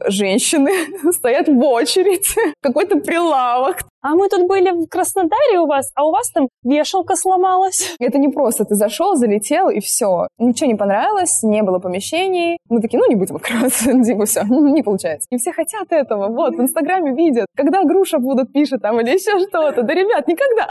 женщины стоят в очередь, какой-то прилавок. А мы тут были в Краснодаре у вас, а у вас там вешалка сломалась. Это не просто ты зашел, залетел и все. Ничего не понравилось, не было помещений. Мы такие, не будем открываться, типа все, не получается. И все хотят этого, вот, в Инстаграме видят. Когда груша будут, пишут там или еще что-то. Да, ребят, никогда.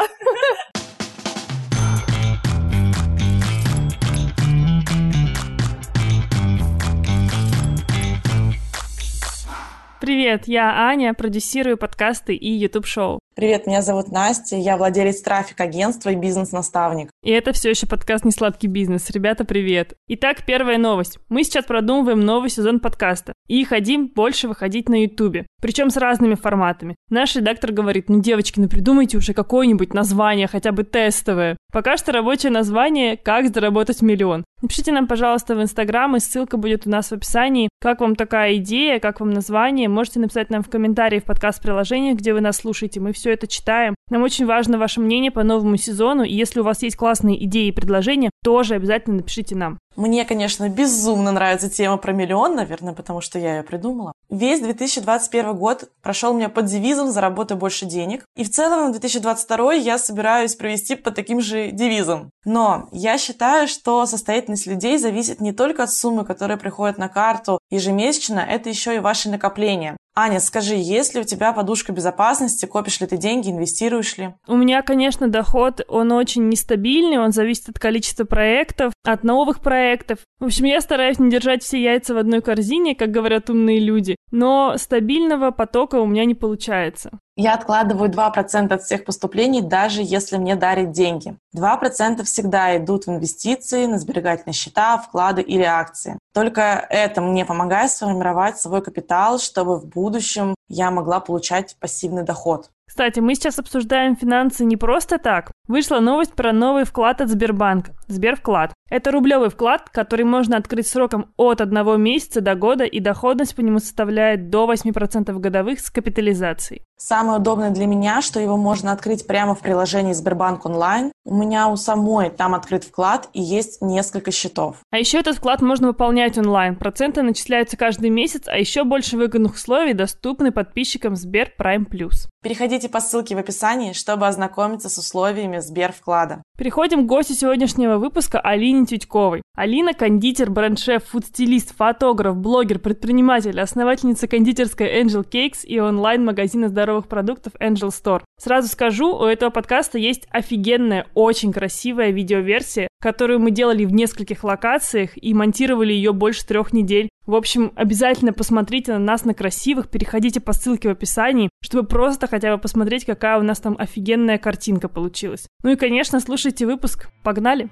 Привет, я Аня, продюсирую подкасты и YouTube-шоу. Привет, меня зовут Настя, я владелец трафик-агентства и бизнес-наставник. И это все еще подкаст «Несладкий бизнес». Ребята, привет! Итак, первая новость. Мы сейчас продумываем новый сезон подкаста и хотим больше выходить на YouTube, причем с разными форматами. Наш редактор говорит, девочки, придумайте уже какое-нибудь название, хотя бы тестовое. Пока что рабочее название «Как заработать миллион». Напишите нам, пожалуйста, в Инстаграм, и ссылка будет у нас в описании. Как вам такая идея, как вам название? Можете написать нам в комментарии в подкаст-приложениях, где вы нас слушаете. Мы все это читаем. Нам очень важно ваше мнение по новому сезону, и если у вас есть классные идеи и предложения, тоже обязательно напишите нам. Мне, конечно, безумно нравится тема про миллион, наверное, потому что я ее придумала. Весь 2021 год прошел у меня под девизом «Заработай больше денег». И в целом 2022 я собираюсь провести под таким же девизом. Но я считаю, что состоятельность людей зависит не только от суммы, которая приходит на карту ежемесячно, это еще и ваши накопления. Аня, скажи, есть ли у тебя подушка безопасности, копишь ли ты деньги, инвестируешь ли? У меня, конечно, доход, он очень нестабильный, он зависит от количества проектов, от новых проектов. В общем, я стараюсь не держать все яйца в одной корзине, как говорят умные люди, но стабильного потока у меня не получается. Я откладываю 2% от всех поступлений, даже если мне дарят деньги. 2% всегда идут в инвестиции, на сберегательные счета, вклады или акции. Только это мне помогает сформировать свой капитал, чтобы в будущем я могла получать пассивный доход. Кстати, мы сейчас обсуждаем финансы не просто так. Вышла новость про новый вклад от Сбербанка – Сбервклад. Это рублевый вклад, который можно открыть сроком от 1 месяца до года, и доходность по нему составляет до 8% годовых с капитализацией. Самое удобное для меня, что его можно открыть прямо в приложении Сбербанк онлайн. У меня у самой там открыт вклад и есть несколько счетов. А еще этот вклад можно выполнять онлайн. Проценты начисляются каждый месяц, а еще больше выгодных условий доступны подписчикам Сбер Прайм Плюс. Переходите по ссылке в описании, чтобы ознакомиться с условиями Сбервклада. Переходим к гостю сегодняшнего выпуска Алине Тютьковой. Алина – кондитер, бренд-шеф, фуд-стилист, фотограф, блогер, предприниматель, основательница кондитерской Angel Cakes и онлайн-магазина здоровых продуктов Angel Store. Сразу скажу, у этого подкаста есть офигенная, очень красивая видеоверсия, которую мы делали в нескольких локациях и монтировали ее больше 3 недель. В общем, обязательно посмотрите на нас на красивых, переходите по ссылке в описании, чтобы просто хотя бы посмотреть, какая у нас там офигенная картинка получилась. Ну и, конечно, слушайте выпуск. Погнали!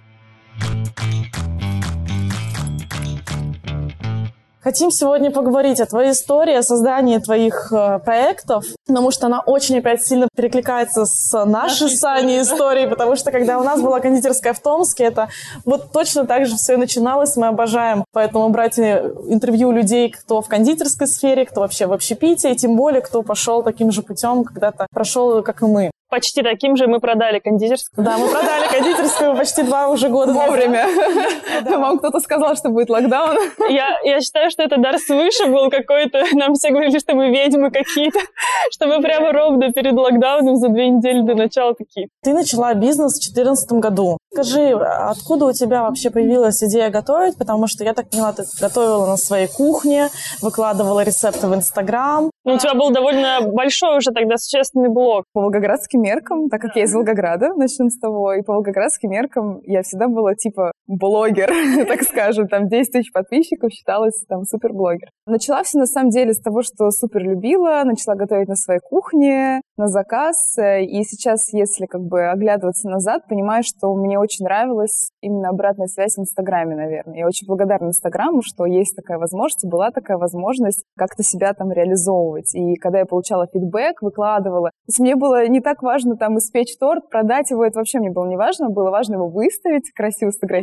Хотим сегодня поговорить о твоей истории, о создании твоих проектов, потому что она очень опять сильно перекликается с нашей с Аней историей, потому что когда у нас была кондитерская в Томске, это вот точно так же все и начиналось, мы обожаем поэтому брать интервью у людей, кто в кондитерской сфере, кто вообще в общепите, и тем более, кто пошел таким же путем, когда-то прошел, как и мы. Почти таким же мы продали кондитерскую. Да, мы продали кондитерскую почти 2 уже года. Вовремя. Вам кто-то сказал, что будет локдаун. Я считаю, что это дар свыше был какой-то. Нам все говорили, что мы ведьмы какие-то, что мы прямо ровно перед локдауном за 2 недели до начала такие. Ты начала бизнес в 2014 году. Скажи, откуда у тебя вообще появилась идея готовить? Потому что, я так поняла, ты готовила на своей кухне, выкладывала рецепты в Инстаграм. У тебя был довольно большой уже тогда существенный блог. По волгоградским меркам, так как я из Волгограда, начнем с того, и по волгоградским меркам я всегда была типа блогер, так скажем, там 10 тысяч подписчиков, считалась там суперблогер. Начала все на самом деле с того, что супер любила, начала готовить на своей кухне, на заказ, и сейчас, если как бы оглядываться назад, понимаю, что мне очень нравилась именно обратная связь в Инстаграме, наверное. Я очень благодарна Инстаграму, что есть такая возможность, была такая возможность как-то себя там реализовывать. И когда я получала фидбэк, выкладывала, то есть мне было не так важно там испечь торт, продать его, это вообще мне было не важно, было важно его выставить, красиво сфотографировать,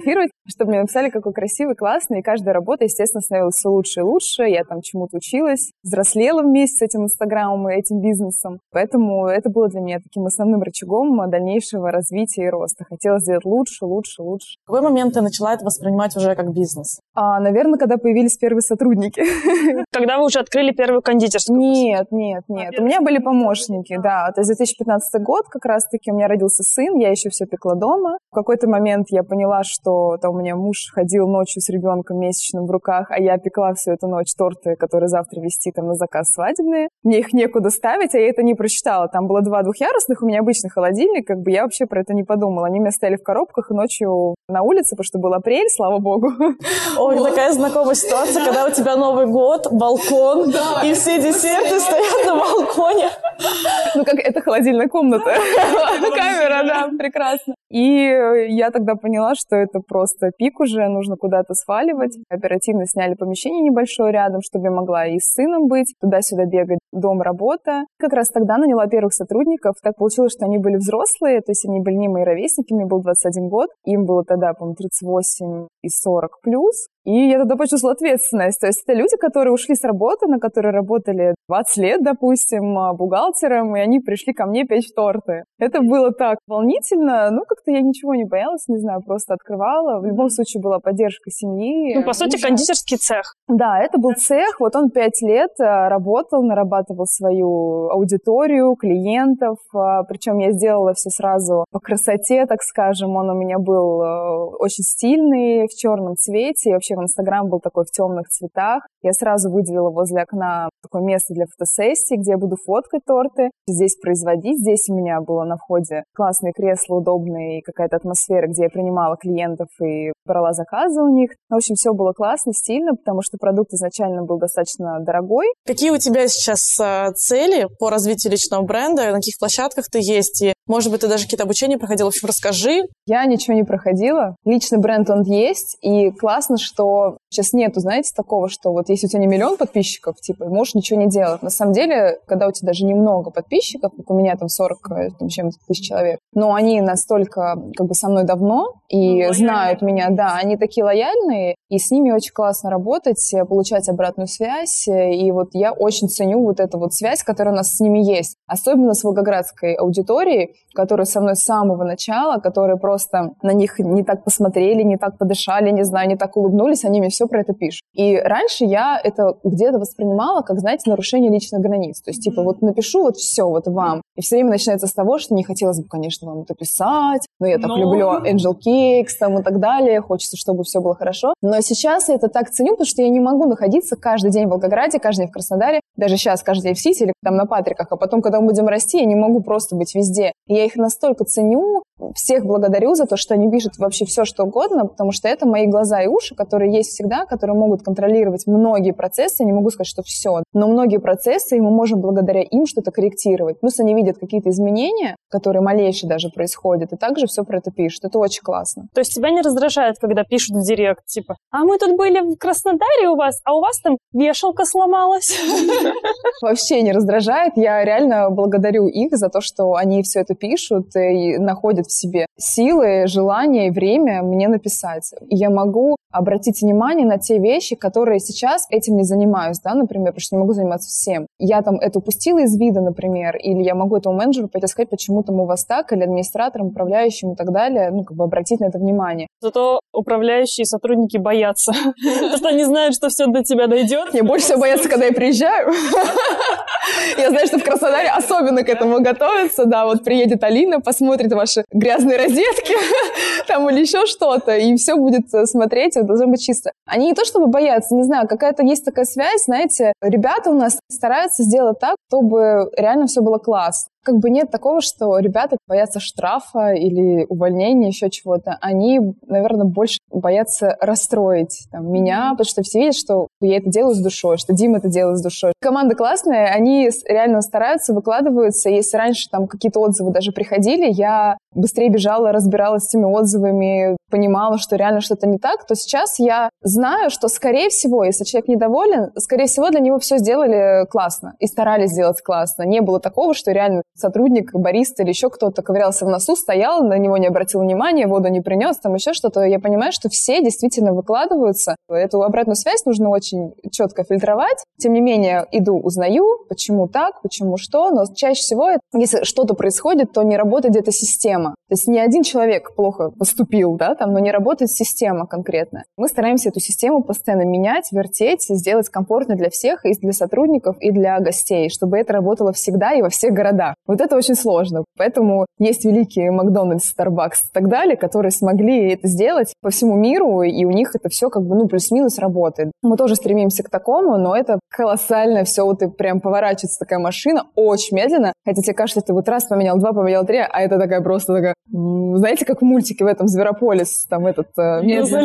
чтобы мне написали, какой красивый, классный, и каждая работа, естественно, становилась все лучше и лучше, я там чему-то училась, взрослела вместе с этим Инстаграмом и этим бизнесом, поэтому это было для меня таким основным рычагом дальнейшего развития и роста. Хотела сделать лучше, лучше, лучше. В какой момент ты начала это воспринимать уже как бизнес? Наверное, когда появились первые сотрудники. Когда вы уже открыли первую кондитерскую? Нет. У меня были помощники, да. То есть 2015 год как раз-таки у меня родился сын, я еще все пекла дома. В какой-то момент я поняла, что там у меня муж ходил ночью с ребенком месячным в руках, а я пекла всю эту ночь торты, которые завтра везти там на заказ свадебные. Мне их некуда ставить, а я это не просчитала. Там было 2 двухъярусных, у меня обычный холодильник, как бы я вообще про это не подумала. Они у меня стояли в коробках и ночью на улице, потому что был апрель, слава богу. Ой, такая знакомая ситуация, когда у тебя Новый год, балкон, и все десерты стоят на балконе. Ну, как это холодильная комната. Камера, да, прекрасно. И я тогда поняла, что это просто пик уже, нужно куда-то сваливать. Оперативно сняли помещение небольшое рядом, чтобы я могла и с сыном быть, туда-сюда бегать, дом, работа. Как раз тогда наняла первых сотрудников. Так получилось, что они были взрослые, то есть они были не мои ровесники, мне был 21 год, им было тогда, по-моему, 38 и 40 плюс. И я тогда почувствовала ответственность. То есть это люди, которые ушли с работы, на которые работали 20 лет, допустим, бухгалтером, и они пришли ко мне печь торты. Это было так волнительно. Ну, как-то я ничего не боялась, не знаю, просто открывала. В любом случае была поддержка семьи. Ну, по сути, кондитерский цех. Да, это был цех. Вот он 5 лет работал, нарабатывал свою аудиторию, клиентов. Причем я сделала все сразу по красоте, так скажем. Он у меня был очень стильный, в черном цвете. И вообще в Инстаграм был такой в темных цветах. Я сразу выделила возле окна такое место для фотосессии, где я буду фоткать торты, здесь производить. Здесь у меня было на входе классные кресла, удобные, и какая-то атмосфера, где я принимала клиентов и брала заказы у них. В общем, все было классно, стильно, потому что продукт изначально был достаточно дорогой. Какие у тебя сейчас цели по развитию личного бренда? На каких площадках ты есть? И, может быть, ты даже какие-то обучения проходила? В общем, расскажи. Я ничего не проходила. Личный бренд, он есть. И классно, что сейчас нету, знаете, такого, что вот если у тебя не 1 000 000 подписчиков, типа, можешь ничего не делать. На самом деле, когда у тебя даже немного подписчиков, как у меня там 40 чем-то тысяч человек, но они настолько как бы со мной давно и знают меня, да, они такие лояльные, и с ними очень классно работать, получать обратную связь, и вот я очень ценю вот эту вот связь, которая у нас с ними есть. Особенно с волгоградской аудиторией, которая со мной с самого начала, которые просто на них не так посмотрели, не так подышали, не знаю, не так улыбнулись, они мне все про это пишут. И раньше я это где-то воспринимала как, знаете, нарушение личных границ. То есть, типа, вот напишу вот все вот вам, и все время начинается с того, что не хотелось бы, конечно, вам это писать, но я так люблю Angel Cakes там и так далее, хочется, чтобы все было хорошо. Но сейчас я это так ценю, потому что я не могу находиться каждый день в Волгограде, каждый день в Краснодаре, даже сейчас каждый день в Сити или там на Патриках, а потом, когда мы будем расти, я не могу просто быть везде. И я их настолько ценю, всех благодарю за то, что они пишут вообще все, что угодно, потому что это мои глаза и уши, которые есть всегда, которые могут контролировать многие процессы. Я не могу сказать, что все, но многие процессы, и мы можем благодаря им что-то корректировать. Плюс они видят какие-то изменения, которые малейшие даже происходят, и также все про это пишут. Это очень классно. То есть тебя не раздражает, когда пишут в директ, типа, а мы тут были в Краснодаре у вас, а у вас там вешалка сломалась? Вообще не раздражает. Я реально благодарю их за то, что они все это пишут и находят в себе силы, желание и время мне написать. И я могу обратить внимание на те вещи, которые сейчас этим не занимаюсь, да, например, потому что не могу заниматься всем. Я там это упустила из вида, например, или я могу этому менеджеру пойти сказать, почему там у вас так, или администраторам, управляющим и так далее, ну, как бы обратить на это внимание. Зато управляющие сотрудники боятся, потому что они знают, что все до тебя дойдет. Мне больше всего боятся, когда я приезжаю. Я знаю, что в Краснодаре особенно к этому готовятся, да, вот приедет Алина, посмотрит ваши грязные розетки там или еще что-то, и все будет смотреть, это должно быть чисто. Они не то чтобы боятся, не знаю, какая-то есть такая связь, знаете, ребята у нас стараются сделать так, чтобы реально все было классно. Как бы нет такого, что ребята боятся штрафа или увольнения, еще чего-то. Они, наверное, больше боятся расстроить там, меня, потому что все видят, что я это делаю с душой, что Дима это делает с душой. Команда классная, они реально стараются, выкладываются. Если раньше там какие-то отзывы даже приходили, я быстрее бежала, разбиралась с этими отзывами, понимала, что реально что-то не так, то сейчас я знаю, что, скорее всего, если человек недоволен, скорее всего, для него все сделали классно и старались сделать классно. Не было такого, что реально сотрудник, бариста или еще кто-то ковырялся в носу, стоял, на него не обратил внимания, воду не принес, там еще что-то. Я понимаю, что все действительно выкладываются. Эту обратную связь нужно очень четко фильтровать. Тем не менее, иду, узнаю, почему так, почему что, но чаще всего, если что-то происходит, то не работает где-то система. То есть не один человек плохо поступил, да, там, но не работает система конкретно. Мы стараемся эту систему постоянно менять, вертеть, сделать комфортно для всех, и для сотрудников, и для гостей, чтобы это работало всегда и во всех городах. Вот это очень сложно. Поэтому есть великие Макдональдс, Starbucks и так далее, которые смогли это сделать по всему миру, и у них это все как бы, плюс-минус работает. Мы тоже стремимся к такому, но это колоссально все, вот и прям поворачивается такая машина очень медленно, хотя тебе кажется, ты вот раз поменял, два поменял, три, а это такая просто такая, знаете, как в мультике в этом «Зверополис», там этот... Да,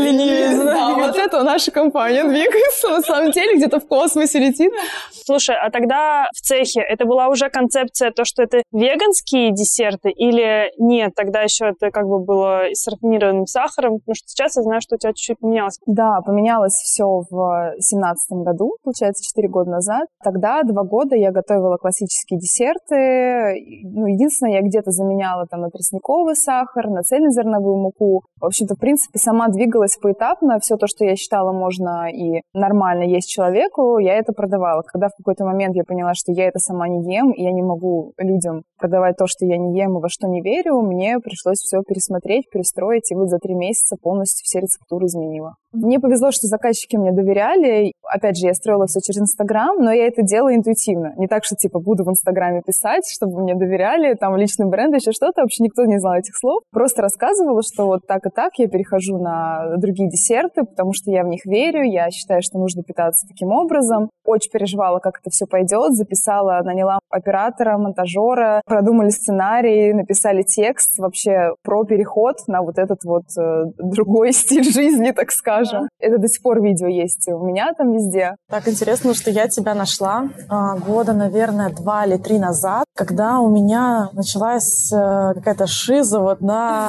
вот это наша компания двигается, на самом деле, где-то в космосе летит. Слушай, а тогда в цехе это была уже концепция, то, что это веганские десерты, или нет, тогда еще это как бы было с рафинированным сахаром, потому что сейчас я знаю, что у тебя чуть-чуть поменялось. Да, поменялось все в 2017 году, получается, 4 года назад. Тогда 2 года я готовила классические десерты. Единственное, я где-то заменяла там на тростниковый сахар, на цельнозерновую муку. В общем-то, в принципе, сама двигалась поэтапно. Все то, что я считала можно и нормально есть человеку, я это продавала. Когда в какой-то момент я поняла, что я это сама не ем, и я не могу людям продавать то, что я не ем и во что не верю, мне пришлось все пересмотреть, перестроить, и вот за 3 месяца полностью все рецептуры изменила. Мне повезло, что заказчики мне доверяли. Опять же, я строила все через Инстаграм, но я это делала интуитивно. Не так, что буду в Инстаграме писать, чтобы мне доверяли, там личный бренд, еще что-то. Вообще никто не знал этих слов. Просто рассказывала, что вот так и так я перехожу на другие десерты, потому что я в них верю, я считаю, что нужно питаться таким образом. Очень переживала, как это все пойдет. Записала, наняла оператора, монтажера, продумали сценарий, написали текст вообще про переход на вот этот вот другой стиль жизни, так скажем. Это до сих пор видео есть у меня там везде. Так интересно, что я тебя нашла года, наверное, 2 или 3 назад, когда у меня началась какая-то шиза вот на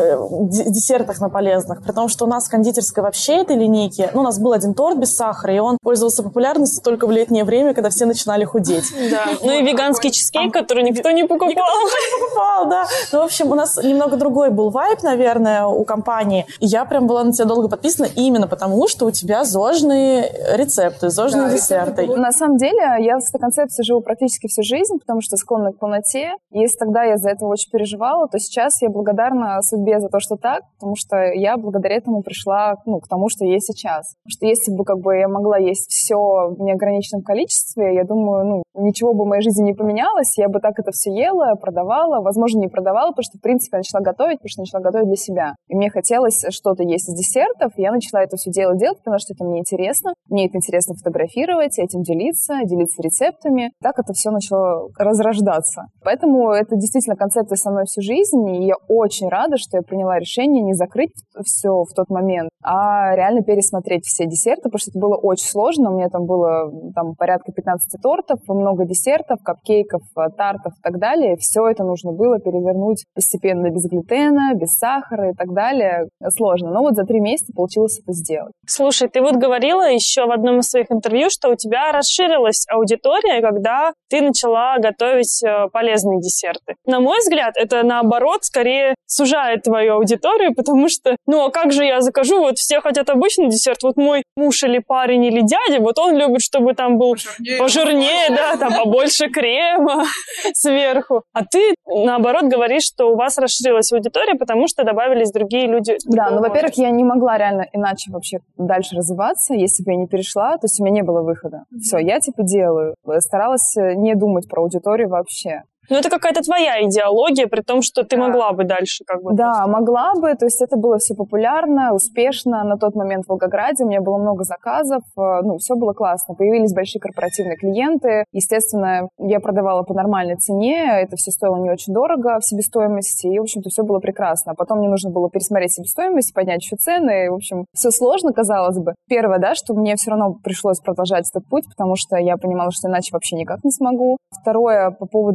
десертах на полезных. При том, что у нас в кондитерской вообще этой линейки, у нас был один торт без сахара, и он пользовался популярностью только в летнее время, когда все начинали худеть. Да. Ну и веганский чизкейк, который никто не покупал. Никто не покупал, да. Ну, в общем, у нас немного другой был вайб, наверное, у компании. И я прям была на тебя долго подписана именно потому, что у тебя зожные рецепты, зожные десерты. На самом деле, я с этой концепцией живу практически всю жизнь, потому что склонна к полноте. И если тогда я за это очень переживала, то сейчас я благодарна судьбе за то, что так, потому что я благодаря этому пришла к тому, что есть сейчас. Потому что если бы я могла есть все в неограниченном количестве, я думаю, ничего бы в моей жизни не поменялось, я бы так это все ела, продавала, возможно, не продавала, потому что, в принципе, я начала готовить, потому что начала готовить для себя. И мне хотелось что-то есть из десертов, и я начала это все делать, потому что это мне интересно. Мне это интересно фотографировать, этим делиться рецептами. Так это все начало разрождаться. Поэтому это действительно концепция со мной всю жизнь, и я очень рада, что я приняла решение не закрыть все в тот момент, а реально пересмотреть все десерты, потому что это было очень сложно. У меня там было порядка 15 тортов, много десертов, капкейков, тартов и так далее. Все это нужно было перевернуть постепенно без глютена, без сахара и так далее. Сложно. Но вот за 3 месяца получилось это сделать. Слушай, ты вот говорила еще в одном из своих интервью, что у тебя расширилась аудитория, когда ты начала готовить полезные десерты. На мой взгляд, это наоборот скорее сужает твою аудиторию, потому что, а как же я закажу? Вот все хотят обычный десерт, вот мой муж или парень или дядя, вот он любит, чтобы там был пожирнее, да, там побольше крема сверху. А ты, наоборот, говоришь, что у вас расширилась аудитория, потому что добавились другие люди. Да, во-первых, я не могла реально иначе вообще дальше развиваться, если бы я не перешла, то есть у меня не было выхода. Все, я делаю. Старалась не думать про аудиторию вообще. Ну, это какая-то твоя идеология, при том, что ты могла бы дальше Да, могла бы, то есть это было все популярно, успешно. На тот момент в Волгограде у меня было много заказов, все было классно. Появились большие корпоративные клиенты. Естественно, я продавала по нормальной цене, это все стоило не очень дорого в себестоимости, и, в общем-то, все было прекрасно. Потом мне нужно было пересмотреть себестоимость, поднять еще цены, и, в общем, все сложно, казалось бы. Первое, что мне все равно пришлось продолжать этот путь, потому что я понимала, что иначе вообще никак не смогу. Второе, по поводу аудитории,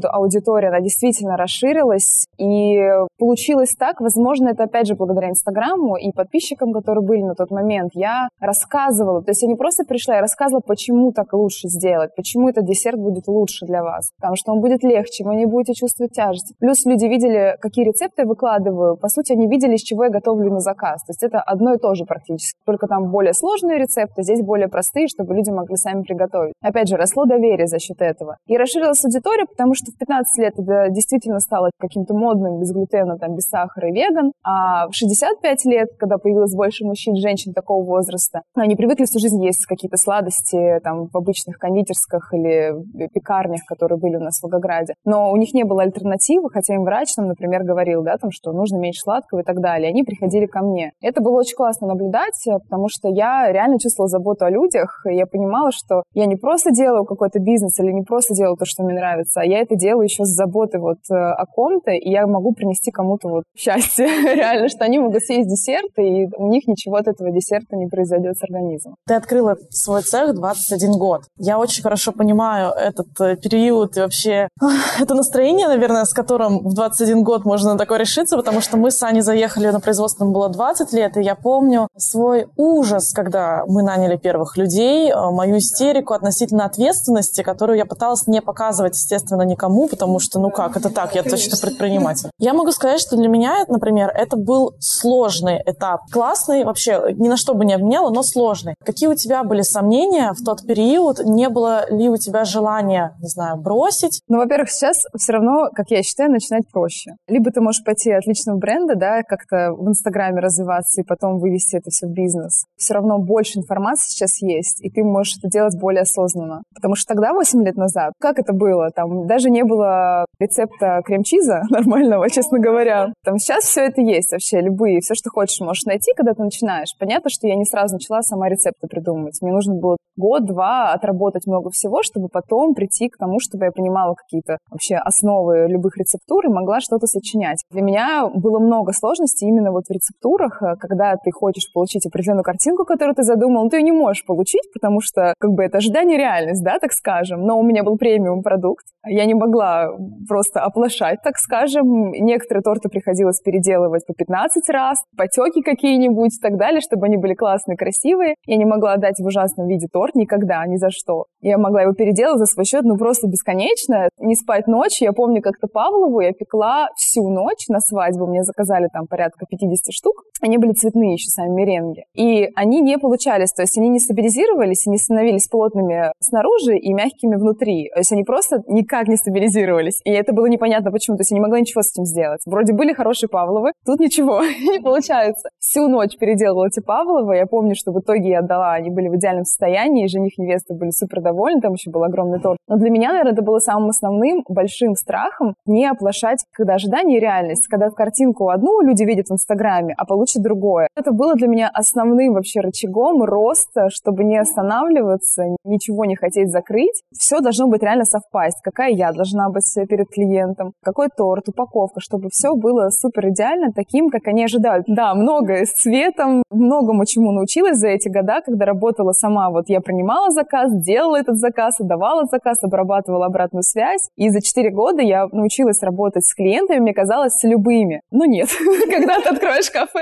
аудитория, она действительно расширилась, и получилось так, возможно, это опять же благодаря Инстаграму и подписчикам, которые были на тот момент. Я рассказывала, то есть я не просто пришла, я рассказывала, почему так лучше сделать, почему этот десерт будет лучше для вас, потому что он будет легче, вы не будете чувствовать тяжесть. Плюс люди видели, какие рецепты я выкладываю, по сути, они видели, из чего я готовлю на заказ, то есть это одно и то же практически, только там более сложные рецепты, здесь более простые, чтобы люди могли сами приготовить. Опять же, росло доверие за счет этого. И расширилась аудитория, потому что в 15 лет это действительно стало каким-то модным, без глютена, там, без сахара и веган, а в 65 лет, когда появилось больше мужчин и женщин такого возраста, они привыкли всю жизнь есть какие-то сладости там, в обычных кондитерских или пекарнях, которые были у нас в Волгограде. Но у них не было альтернативы, хотя им врач, там, например, говорил, да, там, что нужно меньше сладкого и так далее. Они приходили ко мне. Это было очень классно наблюдать, потому что я реально чувствовала заботу о людях, и я понимала, что я не просто делаю какой-то бизнес или не просто делаю то, что мне нравится, а я это делаю еще с заботой вот о ком-то, и я могу принести кому-то вот счастье реально, что они могут съесть десерт, и у них ничего от этого десерта не произойдет с организмом. Ты открыла свой цех 21 год. Я очень хорошо понимаю этот период и вообще это настроение, наверное, с которым в 21 год можно на такое решиться, потому что мы с Аней заехали на производство, нам было 20 лет, и я помню свой ужас, когда мы наняли первых людей, мою истерику относительно ответственности, которую я пыталась не показывать, естественно, никому, потому что, ну как, это так, я точно предприниматель. Я могу сказать, что для меня, например, это был сложный этап. Классный, вообще, ни на что бы не обменяла, но сложный. Какие у тебя были сомнения в тот период? Не было ли у тебя желания, не знаю, бросить? Ну, во-первых, сейчас все равно, как я считаю, начинать проще. Либо ты можешь пойти от личного бренда, да, как-то в Инстаграме развиваться и потом вывести это все в бизнес. Все равно больше информации сейчас есть, и ты можешь это делать более осознанно. Потому что тогда, 8 лет назад, как это было? Там даже не было рецепта крем-чиза нормального, честно говоря. Там сейчас все это есть вообще, любые, все, что хочешь, можешь найти, когда ты начинаешь. Понятно, что я не сразу начала сама рецепты придумывать. Мне нужно было год-два отработать много всего, чтобы потом прийти к тому, чтобы я понимала какие-то вообще основы любых рецептур и могла что-то сочинять. Для меня было много сложностей именно вот в рецептурах, когда ты хочешь получить определенную картинку, которую ты задумал, но ты ее не можешь получить, потому что как бы это ожидание реальность, да, так скажем. Но у меня был премиум-продукт, я не могла просто оплошать, так скажем. Некоторые торты приходилось переделывать по 15 раз, потеки какие-нибудь и так далее, чтобы они были классные, красивые. Я не могла отдать в ужасном виде торт никогда, ни за что. Я могла его переделать за свой счет, ну просто бесконечно. Не спать ночью. Я помню, как-то Павлову я пекла всю ночь на свадьбу. Мне заказали там порядка 50 штук. Они были цветные еще, сами меренги. И они не получались, то есть они не стабилизировались и не становились плотными снаружи и мягкими внутри. То есть они просто никак не стабилизировались. И это было непонятно почему. То есть я не могла ничего с этим сделать. Вроде были хорошие Павловы, тут ничего не получается. Всю ночь переделывала эти Павловы. Я помню, что в итоге я отдала. Они были в идеальном состоянии, и жених и невеста были супер довольны. Там еще был огромный торт. Но для меня, наверное, это было самым основным, большим страхом не оплошать, когда ожидание и реальность. Когда в картинку одну люди видят в Инстаграме, а получат другое. Это было для меня основным вообще рычагом роста, чтобы не останавливаться, ничего не хотеть закрыть. Все должно быть реально совпасть. Какая я должна быть перед клиентом, какой торт, упаковка, чтобы все было супер идеально, таким, как они ожидают. Да, многое с цветом, многому чему научилась за эти года, когда работала сама. Вот я принимала заказ, делала этот заказ, отдавала заказ, обрабатывала обратную связь. И за 4 года я научилась работать с клиентами, мне казалось, с любыми. Но нет. Когда ты откроешь кафе,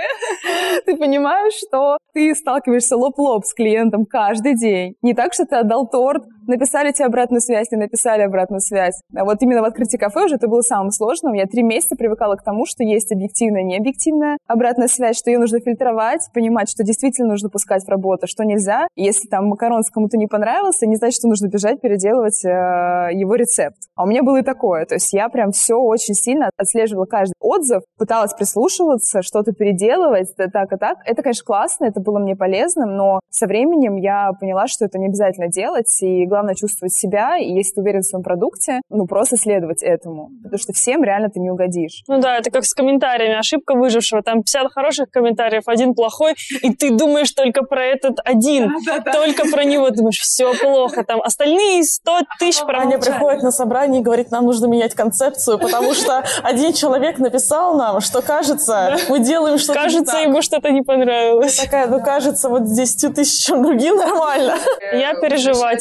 ты понимаешь, что ты сталкиваешься лоб-лоб с клиентом каждый день. Не так, что ты отдал торт, написали тебе обратную связь, не написали обратную связь. А вот именно в открытии кафе уже это было самым сложным. Я 3 месяца привыкала к тому, что есть объективная и необъективная обратная связь, что ее нужно фильтровать, понимать, что действительно нужно пускать в работу, что нельзя. И если там макарон кому-то не понравился, не значит, что нужно бежать переделывать его рецепт. А у меня было и такое. То есть я прям все очень сильно отслеживала каждый отзыв, пыталась прислушиваться, что-то переделывать, так и так. Это, конечно, классно, это было мне полезным, но со временем я поняла, что это не обязательно делать, и главное чувствовать себя, и если ты уверен в своем продукте, ну, просто следовать этому, потому что всем реально ты не угодишь. Ну да, это как с комментариями, ошибка выжившего, там 50 хороших комментариев, 1 плохой, и ты думаешь только про этот один, только про него, думаешь, все плохо, там остальные 100 тысяч промолчали. Аня приходит на собрание и говорит, нам нужно менять концепцию, потому что один человек написал нам, что кажется, мы делаем что-то кажется, ему что-то не понравилось. Такая, ну кажется, вот с 10 тысячам другим нормально. Я переживательный человек.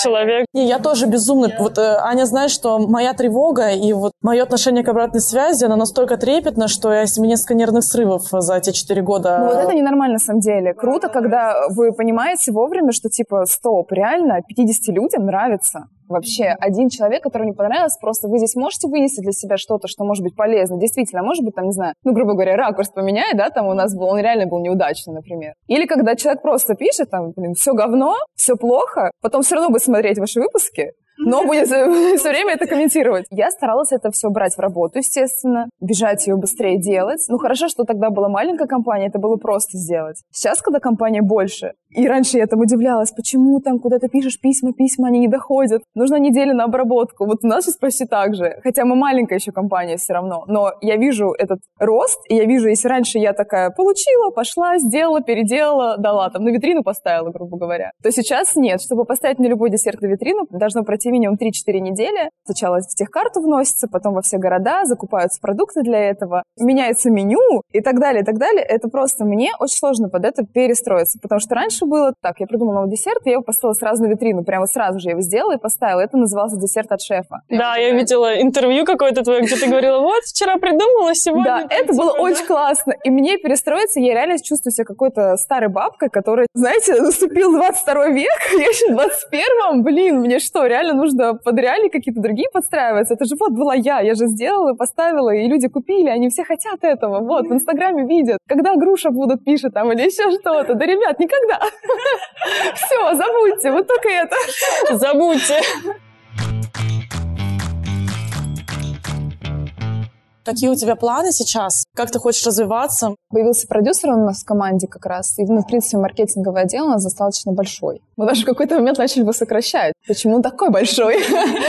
человек. И я тоже безумно. Вот Аня знает, что моя тревога и вот мое отношение к обратной связи, оно настолько трепетно, что я себе несколько нервных срывов за эти 4 года. Ну, вот это ненормально на самом деле. Круто, когда вы понимаете вовремя, что типа стоп, реально 50 людям нравится. Вообще, один человек, которому не понравилось, просто вы здесь можете вынести для себя что-то, что может быть полезно. Действительно, может быть, там, не знаю, грубо говоря, ракурс поменяй, да, там у нас был, он реально был неудачный, например. Или когда человек просто пишет, там, все говно, все плохо, потом все равно будет смотреть ваши выпуски, но будет все время это комментировать. Я старалась это все брать в работу, естественно, бежать ее быстрее делать. Ну, хорошо, что тогда была маленькая компания, это было просто сделать. Сейчас, когда компания больше, и раньше я там удивлялась, почему там куда-то пишешь письма, они не доходят. Нужна неделя на обработку. Вот у нас сейчас почти так же. Хотя мы маленькая еще компания все равно. Но я вижу этот рост, и я вижу, если раньше я такая получила, пошла, сделала, переделала, дала, там, на витрину поставила, грубо говоря, то сейчас нет. Чтобы поставить мне любой десерт на витрину, должно пройти минимум 3-4 недели. Сначала в техкарту вносится, потом во все города, закупаются продукты для этого, меняется меню и так далее, и так далее. Это просто мне очень сложно под это перестроиться, потому что раньше было так, я придумала новый десерт, я его поставила сразу на витрину, прямо сразу же я его сделала и поставила. Это назывался десерт от шефа. Да, я видела интервью какое-то твое, где ты говорила, вот, вчера придумала, сегодня... Да, это было очень классно. И мне перестроиться, я реально чувствую себя какой-то старой бабкой, которая, знаете, наступил 22 век, я еще в 21-м, блин, мне что, реально нужно под реалии какие-то другие подстраиваться? Это же вот была я же сделала, поставила, и люди купили, они все хотят этого, вот, в Инстаграме видят, когда груша будут, пишут там, или еще что-то. Да, ребят, никогда. Все, забудьте, вот только это. Забудьте. Какие у тебя планы сейчас? Как ты хочешь развиваться? Появился продюсер у нас в команде как раз. И, в принципе, маркетинговый отдел у нас достаточно большой. Мы даже в какой-то момент начали его сокращать. Почему такой большой?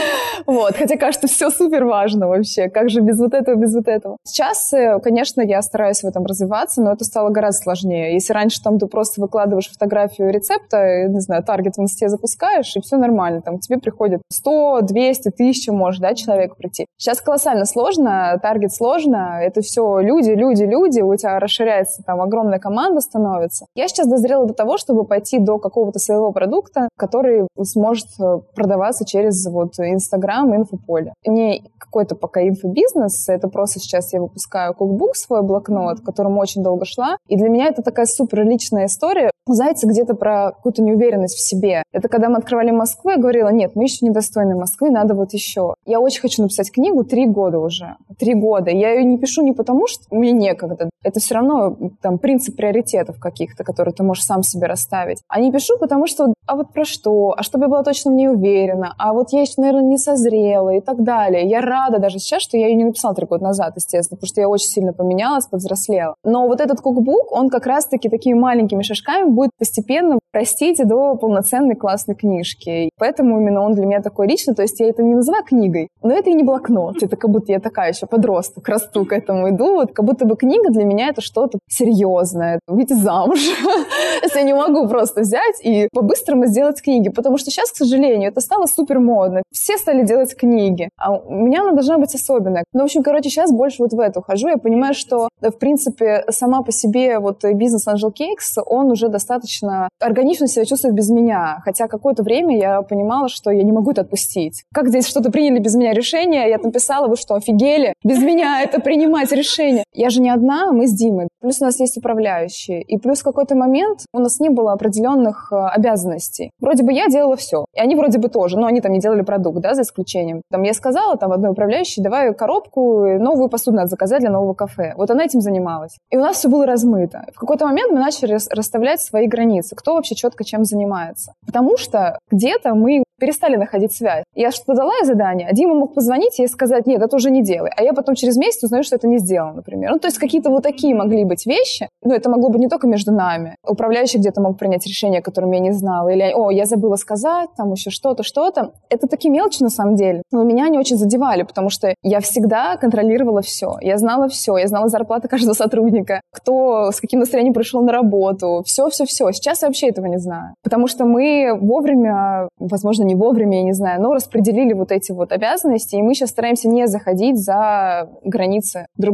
Вот. Хотя, кажется, все супер важно вообще. Как же без вот этого, без вот этого? Сейчас, конечно, я стараюсь в этом развиваться, но это стало гораздо сложнее. Если раньше там ты просто выкладываешь фотографию рецепта, не знаю, таргет в инсте запускаешь, и все нормально. Там к тебе приходит 100, 200, 1000, может, да, человек прийти. Сейчас колоссально сложно, таргет сложно. Это все люди. У тебя расширяется, там огромная команда становится. Я сейчас дозрела до того, чтобы пойти до какого-то своего продукта, который сможет продаваться через вот Инстаграм, инфополе. Не какой-то пока инфобизнес, это просто сейчас я выпускаю кукбук, свой блокнот, к которому очень долго шла. И для меня это такая супер личная история. Знаете, где-то про какую-то неуверенность в себе. Это когда мы открывали Москву, я говорила, нет, мы еще недостойны Москвы, надо вот еще. Я очень хочу написать книгу 3 года уже. 3 года. Я ее не пишу не потому, что мне некогда. Это все равно там принцип приоритетов каких-то, которые ты можешь сам себе расставить. А не пишу, потому что а вот про что? А чтобы я была точно в ней уверена? А вот я еще, наверное, не созрела и так далее. Я рада даже сейчас, что я ее не написала 3 года назад, естественно, потому что я очень сильно поменялась, повзрослела. Но вот этот кукбук, он как раз-таки такими маленькими шажками будет постепенно растить до полноценной классной книжки. И поэтому именно он для меня такой личный. То есть я это не называю книгой, но это и не блокнот. Это как будто я такая еще подросток, расту к этому, иду. Вот как будто бы книга для меня это что-то серьезное. Выйти замуж. Если я не могу просто взять и по-быстрому сделать книги. Потому что сейчас, к сожалению, это стало супер модно. Все стали делать книги. А у меня она должна быть особенная. Ну, в общем, сейчас больше вот в это ухожу. Я понимаю, что, в принципе, сама по себе вот бизнес Angel Cakes, он уже достаточно органично себя чувствует без меня. Хотя какое-то время я понимала, что я не могу это отпустить. Как здесь что-то приняли без меня решение? Я там писала, вы что, офигели? Без меня это принимать решение. Я же не одна, мы с Димой. Плюс у нас есть управляющие. И плюс в какой-то момент у нас не было определенных обязанностей. Вроде бы я делала все. И они вроде бы тоже. Но они там не делали продукт, да, за исключением. Там я сказала там одной управляющей, давай коробку, новую посуду надо заказать для нового кафе. Вот она этим занималась. И у нас все было размыто. В какой-то момент мы начали расставлять свои границы. Кто вообще четко чем занимается. Потому что где-то мы перестали находить связь. Я что-то дала задание, а Дима мог позвонить и сказать, нет, это уже не делай. А я потом через месяц узнаю, что это не сделано, например. Ну, то есть какие-то вот такие могли быть вещи. Но это могло быть не только между нами. Управляющий где-то мог принять решение, о котором я не знала. Или, я забыла сказать, там еще что-то. Это такие мелочи на самом деле. Но меня они очень задевали, потому что я всегда контролировала все. Я знала все. Я знала зарплаты каждого сотрудника. Кто с каким настроением пришел на работу. Все. Сейчас я вообще этого не знаю. Потому что мы вовремя, возможно, не вовремя, я не знаю, но распределили вот эти вот обязанности, и мы сейчас стараемся не заходить за границы друг друга. То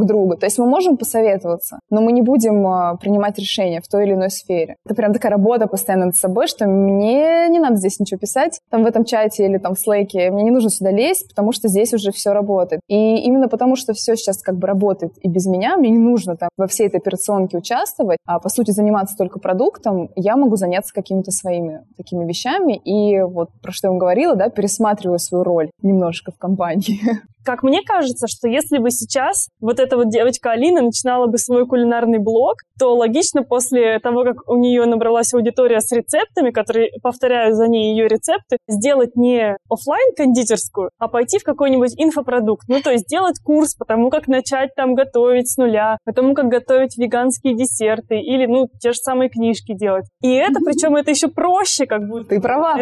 То есть мы можем посоветоваться, но мы не будем принимать решения в той или иной сфере. Это прям такая работа постоянно над собой, что мне не надо здесь ничего писать, там в этом чате или там в Slack'е, мне не нужно сюда лезть, потому что здесь уже все работает. И именно потому, что все сейчас как бы работает и без меня, мне не нужно там во всей этой операционке участвовать, а по сути заниматься только продуктом, я могу заняться какими-то своими такими вещами. И вот про что я вам говорила, да, пересматриваю свою роль немножко в компании. Как мне кажется, что если бы сейчас вот эта вот девочка Алина начинала бы свой кулинарный блог, то логично после того, как у нее набралась аудитория с рецептами, которые повторяют за ней ее рецепты, сделать не офлайн кондитерскую, а пойти в какой-нибудь инфопродукт. Ну, то есть сделать курс по тому, как начать там готовить с нуля, по тому, как готовить веганские десерты или, ну, те же самые книжки делать. И это, причем это еще проще, как будто. Ты права.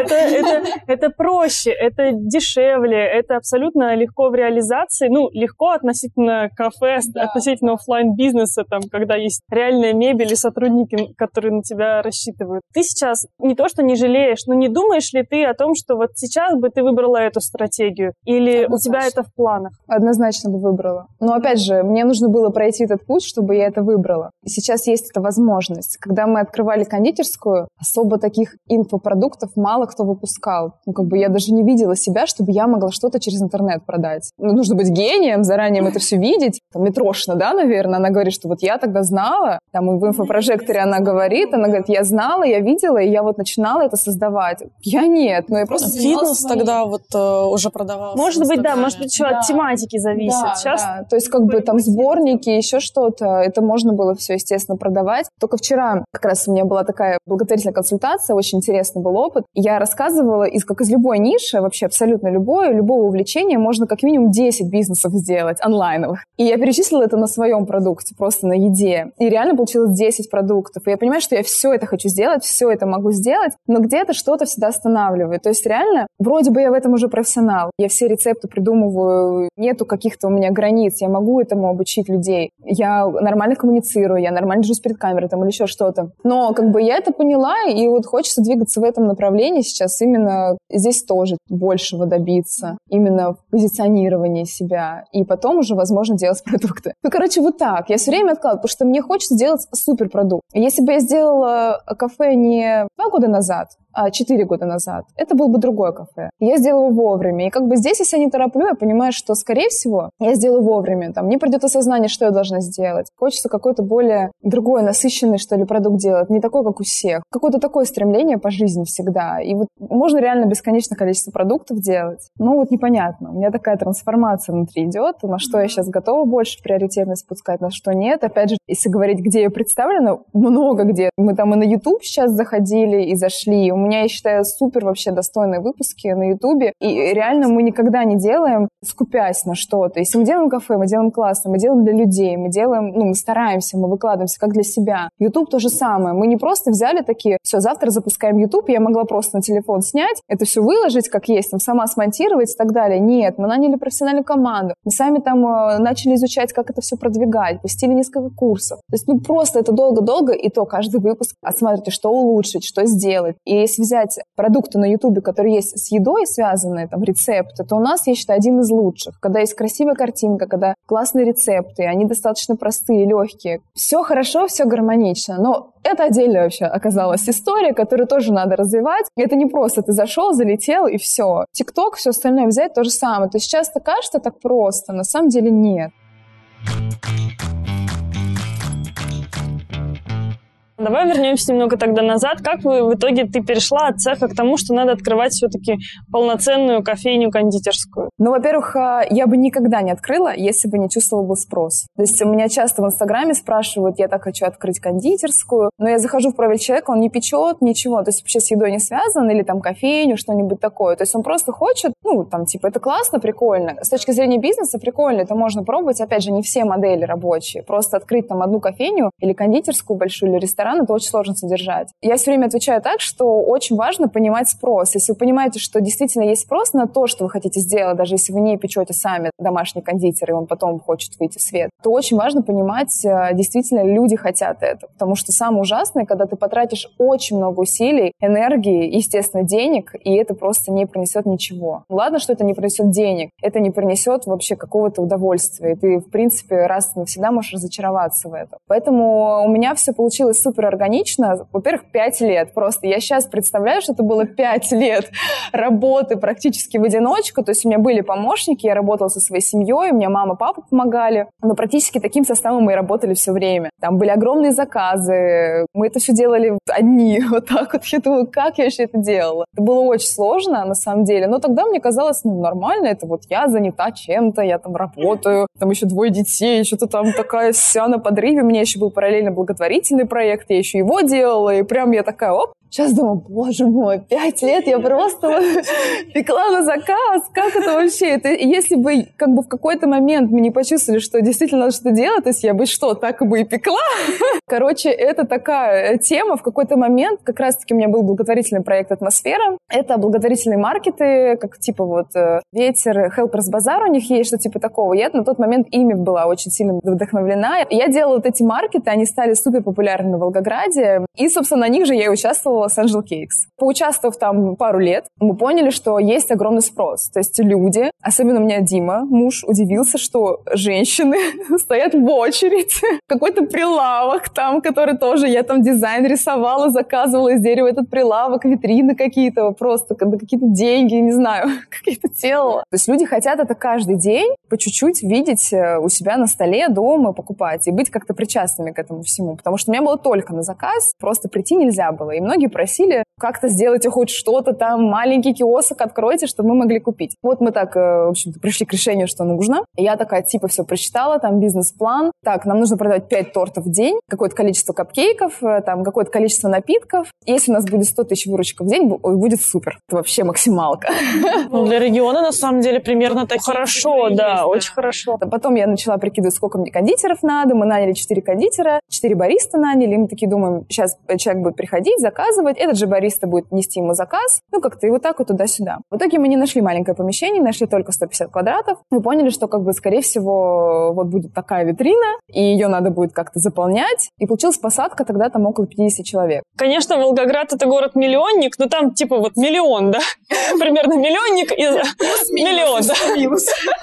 Это проще, это дешевле, это абсолютно легко в реализации. Ну, легко относительно кафе, да, относительно офлайн-бизнеса, там, когда есть реальная мебель и сотрудники, которые на тебя рассчитывают. Ты сейчас не то, что не жалеешь, но не думаешь ли ты о том, что вот сейчас бы ты выбрала эту стратегию? Или у тебя это в планах? Однозначно бы выбрала. Но, опять же, мне нужно было пройти этот путь, чтобы я это выбрала. И сейчас есть эта возможность. Когда мы открывали кондитерскую, особо таких инфопродуктов мало кто выпускал. Ну, как бы я даже не видела себя, чтобы я могла что-то через интернет продать. Ну, нужно быть гением, заранее это все видеть. Там, Митрошина, да, наверное, она говорит, что вот я тогда знала, там в инфопрожекторе она говорит, я знала, я видела, и я вот начинала это создавать. Я нет, но я просто... Фитнес тогда вот уже продавался. Может быть, да, может быть, еще от тематики зависит. Да, сейчас... да. То есть как бы там сборники, еще что-то, это можно было все, естественно, продавать. Только вчера как раз у меня была такая благотворительная консультация, очень интересный был опыт. Я рассказывала, как из любой ниши, вообще абсолютно любого увлечения можно как минимум 10 бизнесов сделать онлайновых. И я перечислила это на своем продукте, просто на еде. И реально получилось 10 продуктов. И я понимаю, что я все это хочу сделать, все это могу сделать, но где-то что-то всегда останавливает. То есть реально, вроде бы я в этом уже профессионал. Я все рецепты придумываю, нету каких-то у меня границ, я могу этому обучить людей. Я нормально коммуницирую, я нормально держусь перед камерой там, или еще что-то. Но как бы я это поняла, и вот хочется двигаться в этом направлении сейчас, именно здесь тоже большего добиться, именно в позиционировании себя, и потом уже, возможно, делать продукты. Ну, короче, вот так. Я все время откладываю, потому что мне хочется делать суперпродукт. Если бы я сделала кафе не 2 года назад, 4 года назад, это было бы другое кафе. Я сделала вовремя. И как бы здесь, если я не тороплю, я понимаю, что, скорее всего, я сделаю вовремя. Там мне придет осознание, что я должна сделать. Хочется какой-то более другой, насыщенный, что ли, продукт делать. Не такой, как у всех. Какое-то такое стремление по жизни всегда. И вот можно реально бесконечное количество продуктов делать. Ну вот непонятно. У меня такая трансформация внутри идет. На что я сейчас готова больше приоритетность пускать, на что нет. Опять же, если говорить, где я представлена, много где. Мы там и на YouTube сейчас заходили и зашли. У меня, я считаю, супер вообще достойные выпуски на Ютубе. И реально мы никогда не делаем, скупясь на что-то. Если мы делаем кафе, мы делаем классно, мы делаем для людей, мы делаем, мы стараемся, мы выкладываемся как для себя. Ютуб то же самое. Мы не просто взяли такие, все, завтра запускаем Ютуб, я могла просто на телефон снять, это все выложить как есть, там, сама смонтировать и так далее. Нет, мы наняли профессиональную команду. Мы сами там начали изучать, как это все продвигать, пустили несколько курсов. То есть, просто это долго-долго, и то каждый выпуск осматривайте, что улучшить, что сделать. И если взять продукты на Ютубе, которые есть с едой связанные, там, рецепты, то у нас, я считаю, один из лучших. Когда есть красивая картинка, когда классные рецепты, они достаточно простые, легкие. Все хорошо, все гармонично, но это отдельная вообще оказалась история, которую тоже надо развивать. Это не просто ты зашел, залетел и все. ТикТок, все остальное взять то же самое. То есть часто кажется так просто, на самом деле нет. Давай вернемся немного тогда назад. Как в итоге ты перешла от цеха к тому, что надо открывать все-таки полноценную кофейню-кондитерскую? Ну, во-первых, я бы никогда не открыла, если бы не чувствовала бы спрос. То есть у меня часто в Инстаграме спрашивают, я так хочу открыть кондитерскую, но я захожу в профиль человека, он не печет ничего, то есть вообще с едой не связан, или там кофейню, что-нибудь такое. То есть он просто хочет, это классно, прикольно. С точки зрения бизнеса прикольно, это можно пробовать. Опять же, не все модели рабочие. Просто открыть там одну кофейню или кондитерскую большую, или ресторан, ресторан это очень сложно содержать. Я все время отвечаю так, что очень важно понимать спрос. Если вы понимаете, что действительно есть спрос на то, что вы хотите сделать, даже если вы не печете сами домашний кондитер, и он потом хочет выйти в свет, то очень важно понимать, действительно люди хотят это. Потому что самое ужасное, когда ты потратишь очень много усилий, энергии, естественно, денег, и это просто не принесет ничего. Ладно, что это не принесет денег, это не принесет вообще какого-то удовольствия. И ты, в принципе, раз и навсегда можешь разочароваться в этом. Поэтому у меня все получилось супер органично. Во-первых, 5 лет. Просто я сейчас представляю, что это было 5 лет работы практически в одиночку. То есть у меня были помощники, я работала со своей семьей, у меня мама, папа помогали. Но практически таким составом мы и работали все время. Там были огромные заказы. Мы это все делали одни. Вот так вот. Я думаю, как я вообще это делала? Это было очень сложно, на самом деле. Но тогда мне казалось, нормально. Это вот я занята чем-то, я там работаю. Там еще 2 детей, что-то там такая вся на подрыве. У меня еще был параллельно благотворительный проект, я еще его делала. И прям я такая, оп. Сейчас думаю, боже мой, 5 лет я просто пекла на заказ. Как это вообще? Это, если бы как бы в какой-то момент мы не почувствовали, что действительно надо что-то делать, то есть я бы что, так бы и пекла? Короче, это такая тема. В какой-то момент как раз-таки у меня был благотворительный проект «Атмосфера». Это благотворительные маркеты, как типа вот «Ветер», «Helpers Bazaar» у них есть, что типа такого. Я на тот момент ими была очень сильно вдохновлена. Я делала вот эти маркеты, они стали супер популярными в Волгограде. И, собственно, на них же я и участвовала с Angel Cakes. Поучаствовав там пару лет, мы поняли, что есть огромный спрос. То есть люди, особенно у меня Дима, муж, удивился, что женщины стоят в очередь. Какой-то прилавок там, который тоже я там дизайн рисовала, заказывала из дерева этот прилавок, витрины какие-то, просто какие-то деньги, не знаю, какие-то делала. То есть люди хотят это каждый день по чуть-чуть видеть у себя на столе, дома, покупать и быть как-то причастными к этому всему. Потому что у меня было только на заказ, просто прийти нельзя было. И многие просили как-то сделайте хоть что-то там, маленький киоск откройте, чтобы мы могли купить. Вот мы так, в общем-то, пришли к решению, что нужно. И я такая, типа, все прочитала, там бизнес-план. Так, нам нужно продавать 5 тортов в день, какое-то количество капкейков, там, какое-то количество напитков. Если у нас будет 100 тысяч выручка в день, будет супер. Это вообще максималка. Ну, для региона, на самом деле, примерно так хорошо, да, очень хорошо. Потом я начала прикидывать, сколько мне кондитеров надо. Мы наняли 4 кондитера, 4 бариста наняли. И мы такие думаем, сейчас человек будет приходить, заказывать. Этот же бариста будет нести ему заказ. Ну, как-то и вот так вот туда-сюда. В итоге мы не нашли маленькое помещение, нашли только 150 квадратов. Мы поняли, что, как бы, скорее всего, вот будет такая витрина, и ее надо будет как-то заполнять. И получилась посадка тогда там около 50 человек. Конечно, Волгоград — это город-миллионник, но там типа вот миллион, да? Примерно миллионник и миллион, да?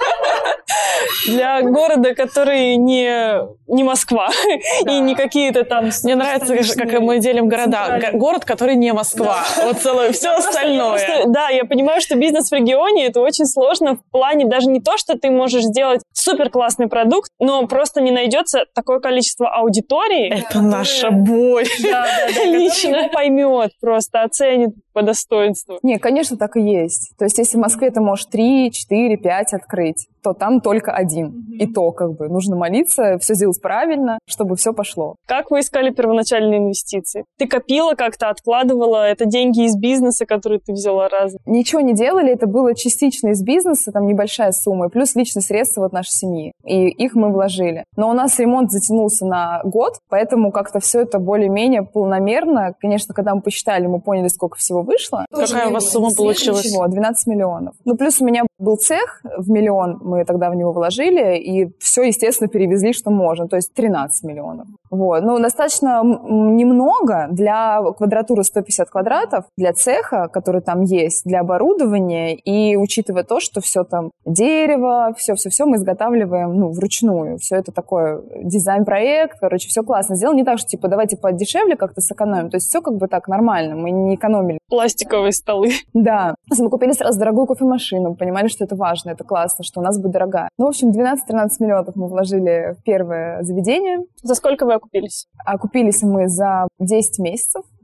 Для города, который не Москва и не какие-то там... Мне нравится, как мы делим города. Город, который не Москва. Вот целое все остальное. Да, я понимаю, что бизнес в регионе — это очень сложно в плане даже не то, что ты можешь сделать супер классный продукт, но просто не найдется такое количество аудитории. Это наша боль. Лично поймет, просто оценит по достоинству. Не, конечно, так и есть. То есть, если в Москве ты можешь 3, 4, 5 открыть, то там только один. И то, как бы, нужно молиться, все сделать правильно, чтобы все пошло. Как вы искали первоначальные инвестиции? Ты копила как-то, откладывала? Это деньги из бизнеса, которые ты взяла раз? Ничего не делали, это было частично из бизнеса, там небольшая сумма, плюс личные средства от нашей семьи. И их мы вложили. Но у нас ремонт затянулся на год, поэтому как-то все это более-менее полномерно. Конечно, когда мы посчитали, мы поняли, сколько всего вышло. Какая у вас сумма получилась? Ничего, 12 миллионов. Ну, плюс у меня был цех в 1 миллион, мы тогда в него вложили, и все, естественно, перевезли, что можно, то есть 13 миллионов. Вот. Ну, достаточно немного для квадратуры 150 квадратов, для цеха, который там есть, для оборудования, и учитывая то, что все там дерево, все-все-все мы изготавливаем, ну, вручную. Все это такой дизайн-проект, короче, все классно сделано. Не так, что, типа, давайте подешевле как-то сэкономим. То есть все как бы так нормально, мы не экономили. Пластиковые столы. Да. Мы купили сразу дорогую кофемашину, понимали, что это важно, это классно, что у нас будет дорогая. Ну, в общем, 12-13 миллионов мы вложили в первое заведение. За сколько вы окупились? Окупились мы за 10 месяцев.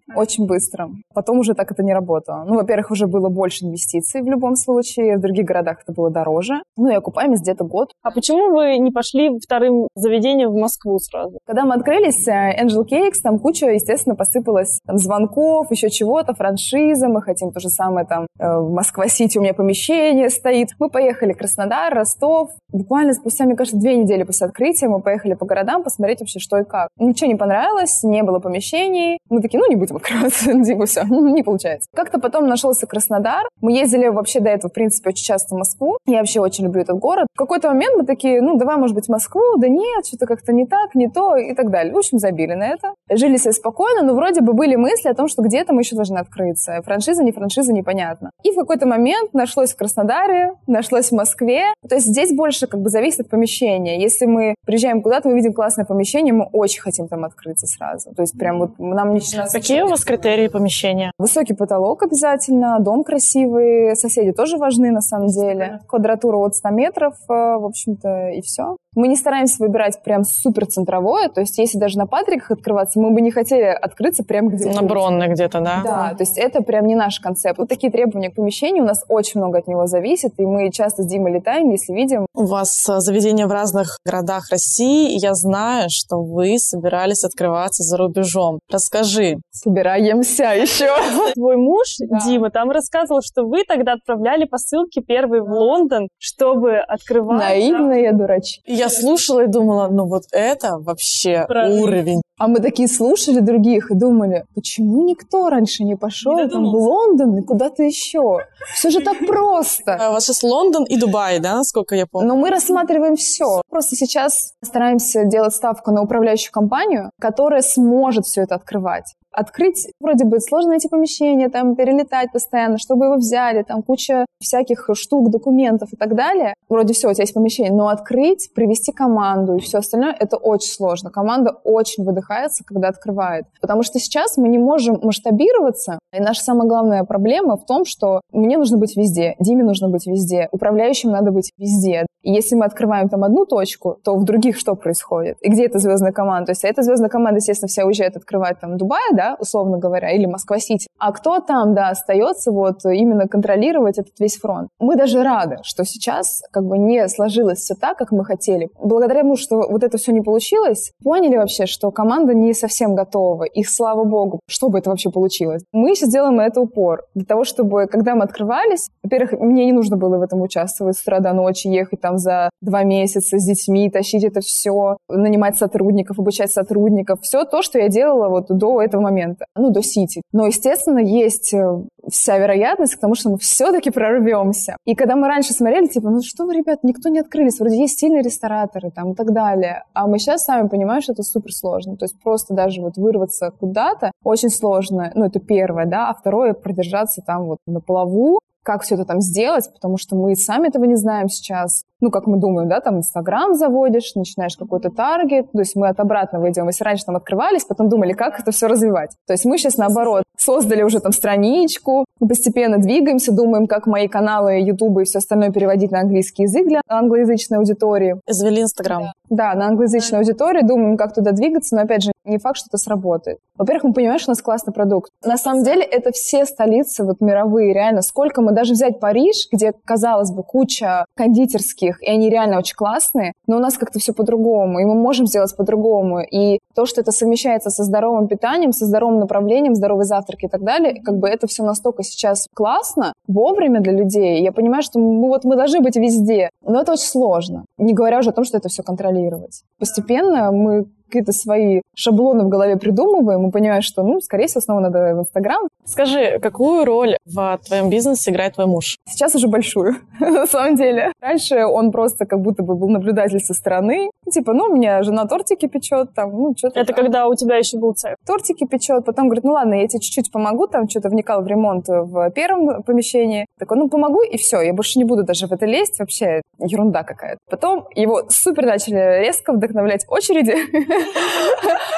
очень быстро. Потом уже так это не работало. Ну, во-первых, уже было больше инвестиций в любом случае, в других городах это было дороже. Ну, и окупаемость где-то год. А почему вы не пошли вторым заведением в Москву сразу? Когда мы открылись, Angel Cakes, там куча, естественно, посыпалась там, звонков, еще чего-то, франшиза, мы хотим то же самое, там, в Москва-Сити у меня помещение стоит. Мы поехали в Краснодар, Ростов. Буквально спустя, мне кажется, 2 недели после открытия мы поехали по городам посмотреть вообще, что и как. Ничего не понравилось, не было помещений. Мы такие, ну, не будем открываться, типа, все, не получается. Как-то потом нашелся Краснодар. Мы ездили вообще до этого, в принципе, очень часто в Москву. Я вообще очень люблю этот город. В какой-то момент мы такие, ну, давай, может быть, в Москву. Да нет, что-то как-то не так, не то и так далее. В общем, забили на это. Жили себе спокойно, но вроде бы были мысли о том, что где-то мы еще должны открыться. Франшиза, не франшиза, непонятно. И в какой-то момент нашлось в Краснодаре, нашлось в Москве. То есть здесь больше как бы зависит от помещения. Если мы приезжаем куда-то, мы видим классное помещение, мы очень хотим там открыться сразу. То есть прям вот нам не начинается... Какие у вас критерии помещения? Высокий потолок обязательно, дом красивый, соседи тоже важны на самом деле. Квадратура от 100 метров, в общем-то, и все. Мы не стараемся выбирать прям супер центровое, то есть если даже на Патриках открываться, мы бы не хотели открыться прям где-то. На Бронной где-то, да? Да, то есть это прям не наш концепт. Вот такие требования к помещению, у нас очень много от него зависит, и мы часто с Димой летаем, если видим. У вас заведения в разных городах России, и я знаю, что вы собирались открываться за рубежом. Расскажи. Собираемся еще. Твой муж, Дима, там рассказывал, что вы тогда отправляли посылки первые в Лондон, чтобы открывать... Наивные дурачки. Я слушала и думала, ну вот это вообще уровень. А мы такие слушали других и думали, почему никто раньше не пошел там в Лондон и куда-то еще? Все же так просто. У вас сейчас Лондон и Дубай, да, насколько я помню? Но мы рассматриваем все. Просто сейчас стараемся делать ставку на управляющую компанию, которая сможет все это открывать. Открыть, вроде бы, сложно найти помещение, там, перелетать постоянно, чтобы его взяли, там, куча всяких штук, документов и так далее. Вроде все, у тебя есть помещение, но открыть, привести команду и все остальное, это очень сложно. Команда очень выдыхается, когда открывает. Потому что сейчас мы не можем масштабироваться, и наша самая главная проблема в том, что мне нужно быть везде, Диме нужно быть везде, управляющим надо быть везде. И если мы открываем там одну точку, то в других что происходит? И где эта звездная команда? То есть эта звездная команда, естественно, вся уезжает открывать там Дубай, да, условно говоря, или Москва-Сити. А кто там, да, остается вот именно контролировать этот весь фронт? Мы даже рады, что сейчас как бы не сложилось все так, как мы хотели. Благодаря тому, что вот это все не получилось, поняли вообще, что команда не совсем готова. И слава богу, чтобы это вообще получилось. Мы сейчас делаем это упор. Для того, чтобы, когда мы открывались, во-первых, мне не нужно было в этом участвовать с утра до ночи, ехать там за 2 месяца с детьми, тащить это все, нанимать сотрудников, обучать сотрудников. Все то, что я делала вот до этого момента, ну, до Сити. Но, естественно, есть вся вероятность к тому, что мы все-таки прорвемся. И когда мы раньше смотрели, типа, ну что вы, ребят, никто не открылись, вроде есть сильные рестораторы там и так далее. А мы сейчас сами понимаем, что это супер сложно. То есть просто даже вот вырваться куда-то очень сложно. Ну, это первое, да. А второе, продержаться там вот на плаву, как все это там сделать, потому что мы сами этого не знаем сейчас. Ну, как мы думаем, да, там Инстаграм заводишь, начинаешь какой-то таргет, то есть мы от обратного идем. Если раньше там открывались, потом думали, как это все развивать. То есть мы сейчас, наоборот, создали уже там страничку, постепенно двигаемся, думаем, как мои каналы, Ютубы и все остальное переводить на английский язык для англоязычной аудитории. Завели Инстаграм. Да, на англоязычной аудитории, думаем, как туда двигаться, но, опять же, не факт, что это сработает. Во-первых, мы понимаем, что у нас классный продукт. На самом деле, это все столицы вот мировые, реально. Сколько мы даже взять Париж, где, казалось бы, куча кондитерских, и они реально очень классные, но у нас как-то все по-другому, и мы можем сделать по-другому. И то, что это совмещается со здоровым питанием, со здоровым направлением, здоровые завтраки и так далее, как бы это все настолько сейчас классно, вовремя для людей. Я понимаю, что мы должны быть везде, но это очень сложно. Не говоря уже о том, что это все контролировать. Постепенно мы какие-то свои шаблоны в голове придумываем и понимаем, что, ну, скорее всего, снова надо в Инстаграм. Скажи, какую роль в твоем бизнесе играет твой муж? Сейчас уже большую, на самом деле. Раньше он просто как будто бы был наблюдатель со стороны. Типа, ну, у меня жена тортики печет, там, ну, что-то. Это там. Когда у тебя еще был цех? Тортики печет, потом говорит, ну, ладно, я тебе чуть-чуть помогу, там, что-то вникал в ремонт в первом помещении. Такой, ну, помогу, и все, я больше не буду даже в это лезть, вообще ерунда какая-то. Потом его супер начали резко вдохновлять очереди.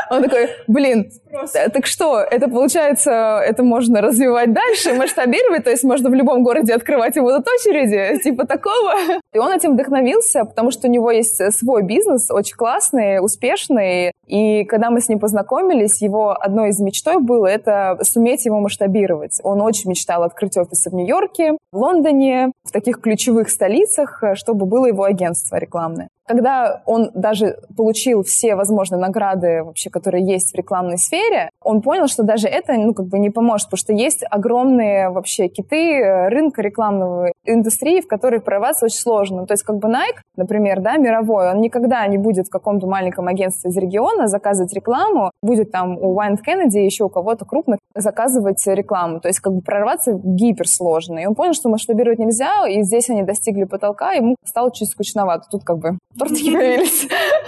Он такой, блин, так что, это получается, это можно развивать дальше, масштабировать, то есть можно в любом городе открывать и будут очереди, типа такого. И он этим вдохновился, потому что у него есть свой бизнес, очень классный, успешный, и когда мы с ним познакомились, его одной из мечтой было это суметь его масштабировать. Он очень мечтал открыть офисы в Нью-Йорке, в Лондоне, в таких ключевых столицах, чтобы было его агентство рекламное. Когда он даже получил все возможные награды, вообще, которые есть в рекламной сфере, он понял, что даже это не поможет, потому что есть огромные вообще киты рынка рекламной индустрии, в которой прорваться очень сложно. То есть Nike, например, мировой, он никогда не будет в каком-то маленьком агентстве из региона заказывать рекламу, будет там у Wine Kennedy, еще у кого-то крупных заказывать рекламу. То есть прорваться гиперсложно. И он понял, что масштабировать нельзя, и здесь они достигли потолка, ему стало чуть скучновато. Тут тортики появились.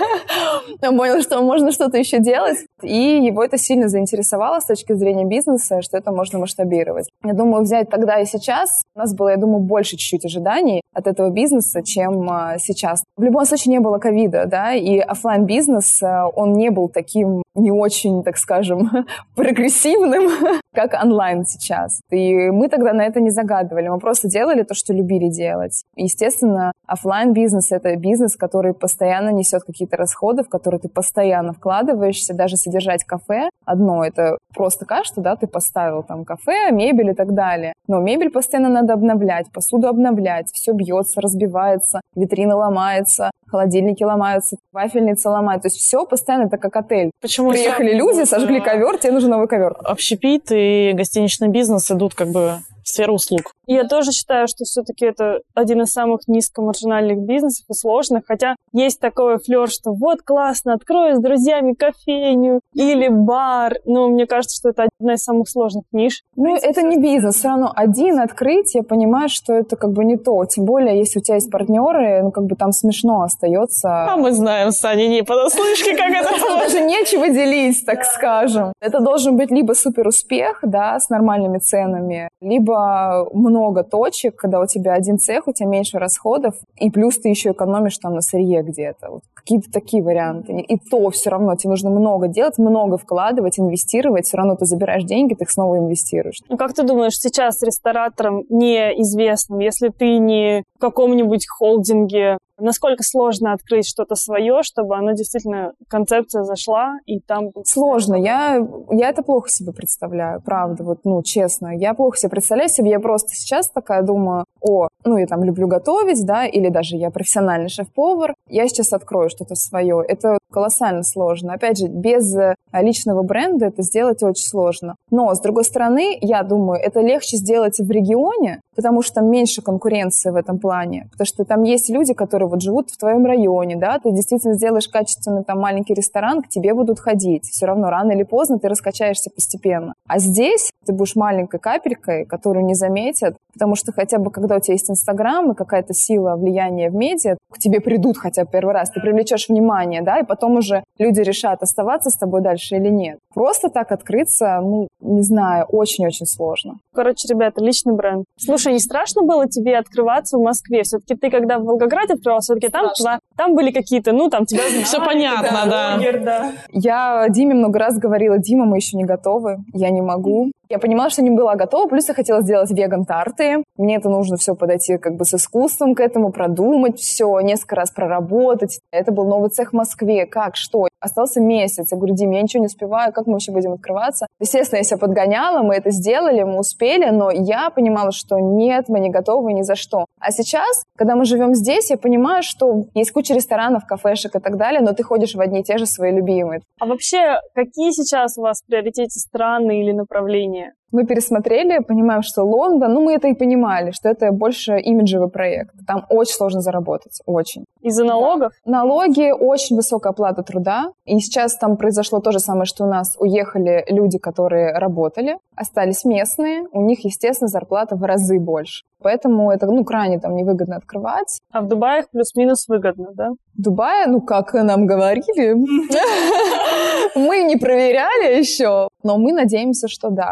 Он понял, что можно что-то еще делать, и его это сильно заинтересовало с точки зрения бизнеса, что это можно масштабировать. Я думаю, взять тогда и сейчас, у нас было, я думаю, больше чуть-чуть ожиданий от этого бизнеса, чем сейчас. В любом случае не было ковида, и офлайн-бизнес, он не был таким не очень, так скажем, прогрессивным, как онлайн сейчас. И мы тогда на это не загадывали, мы просто делали то, что любили делать. Естественно, офлайн-бизнес — это бизнес, который постоянно несет какие-то расходы, в которые ты постоянно вкладываешься. Даже содержать кафе одно — это просто кажется, ты поставил там кафе, мебель и так далее. Но мебель постоянно надо обновлять, посуду обновлять, все бьется, разбивается, витрина ломается, холодильники ломаются, вафельница ломается. То есть все постоянно, это как отель. Почему приехали люди, сожгли ковер, тебе нужен новый ковер. Общепит и гостиничный бизнес идут в сферу услуг. Я тоже считаю, что все-таки это один из самых низкомаржинальных бизнесов и сложных, хотя есть такой флёр, что вот классно, открою с друзьями кофейню или бар, но мне кажется, что это одна из самых сложных ниш. Это не бизнес, все равно один открыть, я понимаю, что это не то, тем более, если у тебя есть партнеры, там смешно остается. А мы знаем, Саня, не понаслышке, как это даже нечего делить, так скажем. Это должен быть либо суперуспех, с нормальными ценами, либо много точек, когда у тебя один цех, у тебя меньше расходов, и плюс ты еще экономишь на сырье где-то. Какие-то такие варианты. И то все равно тебе нужно много делать, много вкладывать, инвестировать. Все равно ты забираешь деньги, ты их снова инвестируешь. Как ты думаешь, сейчас рестораторам неизвестным, если ты не в каком-нибудь холдинге, насколько сложно открыть что-то свое, чтобы оно действительно, концепция зашла, и там... Сложно. Я это плохо себе представляю, правда, честно. Я плохо себе представляю себе, я просто сейчас такая думаю, я люблю готовить, или даже я профессиональный шеф-повар, я сейчас открою что-то свое. Это колоссально сложно. Опять же, без личного бренда это сделать очень сложно. Но, с другой стороны, я думаю, это легче сделать в регионе, потому что там меньше конкуренции в этом плане. Потому что там есть люди, которые живут в твоем районе, ты действительно сделаешь качественный маленький ресторан, к тебе будут ходить. Все равно рано или поздно ты раскачаешься постепенно. А здесь ты будешь маленькой капелькой, которую не заметят, потому что хотя бы когда у тебя есть Инстаграм и какая-то сила влияния в медиа, к тебе придут хотя бы первый раз, ты привлечешь внимание, и потом уже люди решат, оставаться с тобой дальше или нет. Просто так открыться, не знаю, очень-очень сложно. Ребята, личный бренд. Слушай, не страшно было тебе открываться в Москве? Все-таки ты, когда в Волгограде открывалась, все-таки там были какие-то, тебя знали. Все понятно, да. Я Диме много раз говорила, Дима, мы еще не готовы, я не могу. Я понимала, что не была готова, плюс я хотела сделать веган-тарты. Мне это нужно все подойти с искусством к этому, продумать все, несколько раз проработать. Это был новый цех в Москве. Как, что? Остался месяц. Я говорю, Дим, я ничего не успеваю, как мы вообще будем открываться? Естественно, я себя подгоняла, мы это сделали, мы успели, но я понимала, что нет, мы не готовы ни за что. А сейчас, когда мы живем здесь, я понимаю, что есть куча ресторанов, кафешек и так далее, но ты ходишь в одни и те же свои любимые. А вообще, какие сейчас у вас в приоритете страны или направления? Мы пересмотрели, понимаем, что Лондон, мы это и понимали, что это больше имиджевый проект. Там очень сложно заработать, очень. Из-за налогов? Налоги, очень высокая оплата труда. И сейчас там произошло то же самое, что у нас уехали люди, которые работали, остались местные, у них, естественно, зарплата в разы больше. Поэтому это, крайне невыгодно открывать. А в Дубае плюс-минус выгодно, да? В Дубае, как нам говорили, мы не проверяли еще, но мы надеемся, что да. И в Дубае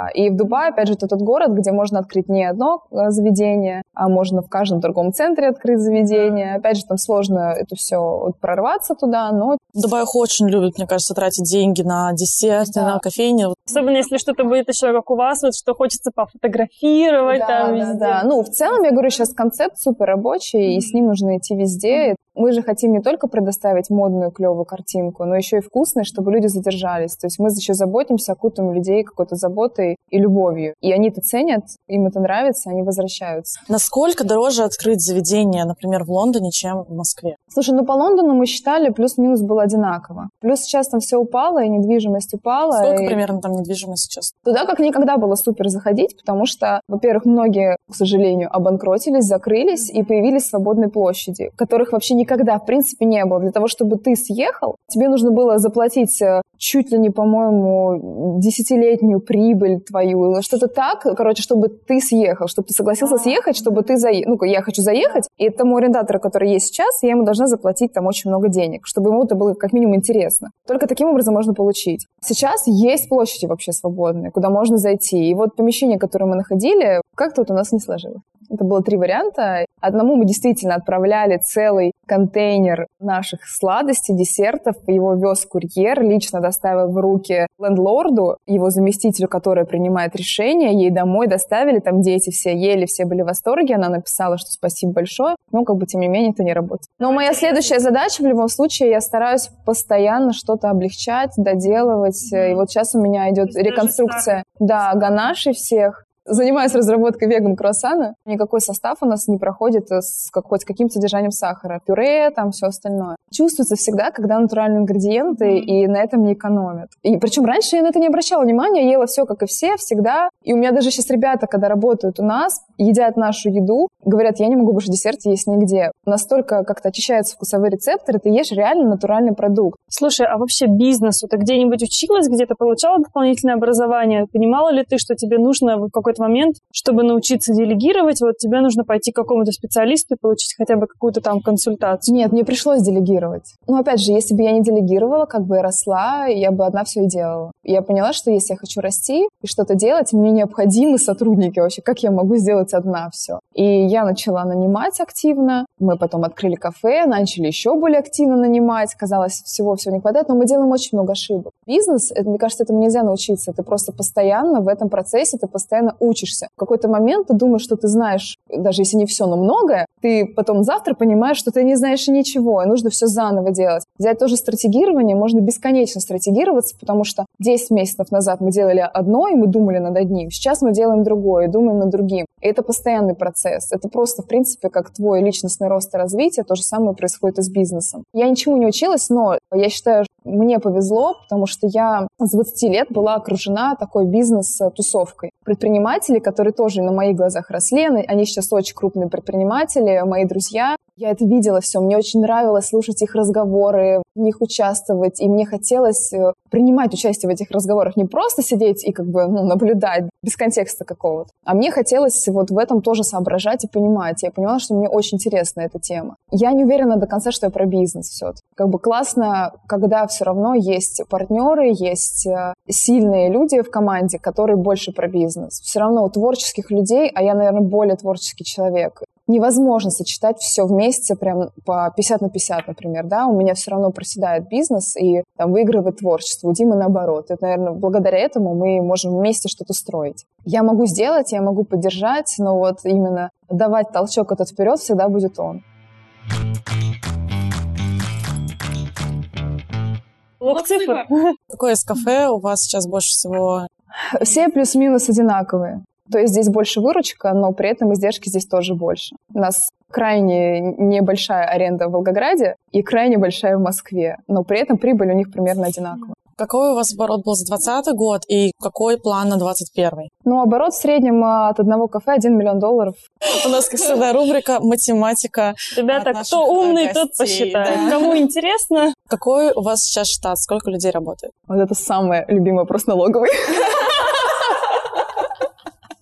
Дубай, опять же, это тот город, где можно открыть не одно заведение, а можно в каждом торговом центре открыть заведение. Опять же, там сложно это все прорваться туда, но... В Дубае очень любят, мне кажется, тратить деньги на десерты, на кофейни. Особенно, если что-то будет еще как у вас, вот что хочется пофотографировать там везде. Да. Ну, в целом, я говорю, сейчас концепт супер рабочий, и с ним нужно идти везде. Мы же хотим не только предоставить модную, клевую картинку, но еще и вкусную, чтобы люди задержались. То есть мы еще заботимся, окутываем людей какой-то заботой и любовью. И они это ценят, им это нравится, они возвращаются. Насколько дороже открыть заведение, например, в Лондоне, чем в Москве? Слушай, ну по Лондону мы считали, плюс-минус было одинаково. Плюс сейчас там все упало, и недвижимость упала. Сколько примерно там недвижимость сейчас? Туда как никогда было супер заходить, потому что, во-первых, многие, к сожалению, обанкротились, закрылись, и появились свободные площади, которых вообще никогда, в принципе, не было. Для того, чтобы ты съехал, тебе нужно было заплатить чуть ли не, по-моему, 10-летнюю прибыль твою, что-то так, короче, чтобы ты съехал, чтобы ты согласился съехать, чтобы ты заехал. Ну, я хочу заехать, и тому арендатору, который есть сейчас, я ему должна заплатить там очень много денег, чтобы ему это было как минимум интересно. Только таким образом можно получить. Сейчас есть площади вообще свободные, куда можно зайти. И вот помещение, которое мы находили, как-то вот у нас не сложилось. Это было 3 варианта. Одному мы действительно отправляли целый контейнер наших сладостей, десертов. Его вез курьер, лично доставил в руки лендлорду, его заместителю, который принимает решение. Ей домой доставили, там дети все ели, все были в восторге. Она написала, что спасибо большое, но тем не менее это не работает. Но моя следующая задача, в любом случае, я стараюсь постоянно что-то облегчать, доделывать. И вот сейчас у меня идет реконструкция, ганашей всех. Занимаюсь разработкой веган-круассана. Никакой состав у нас не проходит с каким-то содержанием сахара. Пюре, там все остальное. Чувствуется всегда, когда натуральные ингредиенты, и на этом не экономят. И причем раньше я на это не обращала внимания, я ела все, как и все, всегда. И у меня даже сейчас ребята, когда работают у нас, едят нашу еду, говорят, я не могу больше десерт есть нигде. Настолько как-то очищаются вкусовые рецепторы, ты ешь реально натуральный продукт. Слушай, а вообще бизнесу ты где-нибудь училась, где-то получала дополнительное образование? Понимала ли ты, что тебе нужно в какой-то момент, чтобы научиться делегировать, вот тебе нужно пойти к какому-то специалисту и получить хотя бы какую-то там консультацию? Нет, мне пришлось делегировать. Но опять же, если бы я не делегировала, я росла, я бы одна все и делала. Я поняла, что если я хочу расти и что-то делать, мне необходимы сотрудники вообще. Как я могу сделать одна все? И я начала нанимать активно. Мы потом открыли кафе, начали еще более активно нанимать. Казалось, всего не хватает, но мы делаем очень много ошибок. Бизнес, мне кажется, этому нельзя научиться. Ты просто постоянно в этом процессе, ты постоянно учишься. В какой-то момент ты думаешь, что ты знаешь, даже если не все, но многое, ты потом завтра понимаешь, что ты не знаешь ничего, и нужно все заново делать. Взять тоже стратегирование, можно бесконечно стратегироваться, потому что 10 месяцев назад мы делали одно, и мы думали над одним. Сейчас мы делаем другое, и думаем над другим. И это постоянный процесс. Это просто, в принципе, как твой личностный рост и развитие, то же самое происходит и с бизнесом. Я ничему не училась, но я считаю, мне повезло, потому что я с 20 лет была окружена такой бизнес-тусовкой. Предприниматели, которые тоже на моих глазах росли, они сейчас очень крупные предприниматели, мои друзья. Я это видела все, мне очень нравилось слушать их разговоры, в них участвовать, и мне хотелось принимать участие в этих разговорах, не просто сидеть и наблюдать без контекста какого-то, а мне хотелось вот в этом тоже соображать и понимать. Я поняла, что мне очень интересна эта тема. Я не уверена до конца, что я про бизнес все-таки. Классно, когда все равно есть партнеры, есть сильные люди в команде, которые больше про бизнес. Все равно у творческих людей, а я, наверное, более творческий человек, невозможно сочетать все вместе прям по 50 на 50, например, да, у меня все равно проседает бизнес и там выигрывает творчество, у Димы наоборот. Это, наверное, благодаря этому мы можем вместе что-то строить. Я могу сделать, я могу поддержать, но вот именно давать толчок этот вперед всегда будет он. Цифр. Какое из кафе у вас сейчас больше всего? Все плюс-минус одинаковые. То есть здесь больше выручка, но при этом издержки здесь тоже больше. У нас крайне небольшая аренда в Волгограде и крайне большая в Москве, но при этом прибыль у них примерно одинаковая. Какой у вас оборот был за 2020 год и какой план на 2021? Ну, оборот в среднем от одного кафе $1 миллион. У нас, как всегда, рубрика «Математика». Ребята, кто умный, гостей, тот посчитает. Да. Кому интересно. Какой у вас сейчас штат? Сколько людей работает? Вот это самый любимый вопрос налоговый.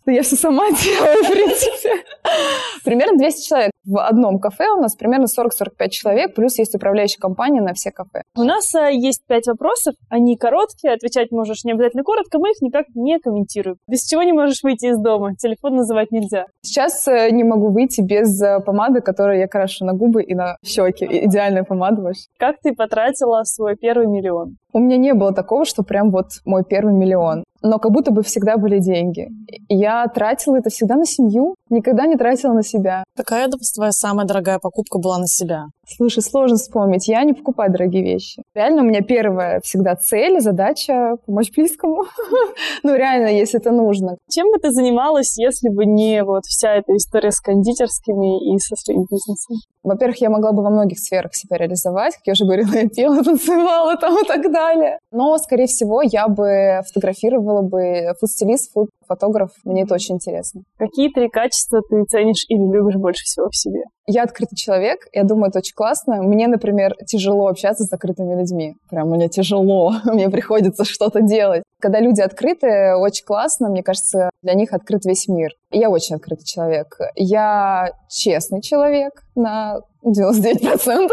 Да я все сама делаю, в принципе. Примерно 200 человек. В одном кафе у нас примерно 40-45 человек, плюс есть управляющая компания на все кафе. У нас есть 5 вопросов, они короткие, отвечать можешь не обязательно коротко, мы их никак не комментируем. Без чего не можешь выйти из дома? Телефон называть нельзя. Сейчас не могу выйти без помады, которую я крашу на губы и на щеки. Идеальная помада вообще. Как ты потратила свой первый миллион? У меня не было такого, что прям вот мой первый миллион. Но как будто бы всегда были деньги. Я тратила это всегда на семью, никогда не тратила на себя. Какая твоя самая дорогая покупка была на себя? Слушай, сложно вспомнить. Я не покупаю дорогие вещи. Реально, у меня первая всегда цель, задача — помочь близкому. Ну, реально, если это нужно. Чем бы ты занималась, если бы не вот вся эта история с кондитерскими и со своим бизнесом? Во-первых, я могла бы во многих сферах себя реализовать. Как я уже говорила, я пела, танцевала там и так далее. Но, скорее всего, я бы фотографировала бы фуд-стилист, фотограф. Мне это очень интересно. Какие 3 качества ты ценишь или любишь больше всего в себе? Я открытый человек, я думаю, это очень классно. Мне, например, тяжело общаться с закрытыми людьми. Прям мне тяжело, мне приходится что-то делать. Когда люди открыты, очень классно, мне кажется, для них открыт весь мир. Я очень открытый человек. Я честный человек на 99%.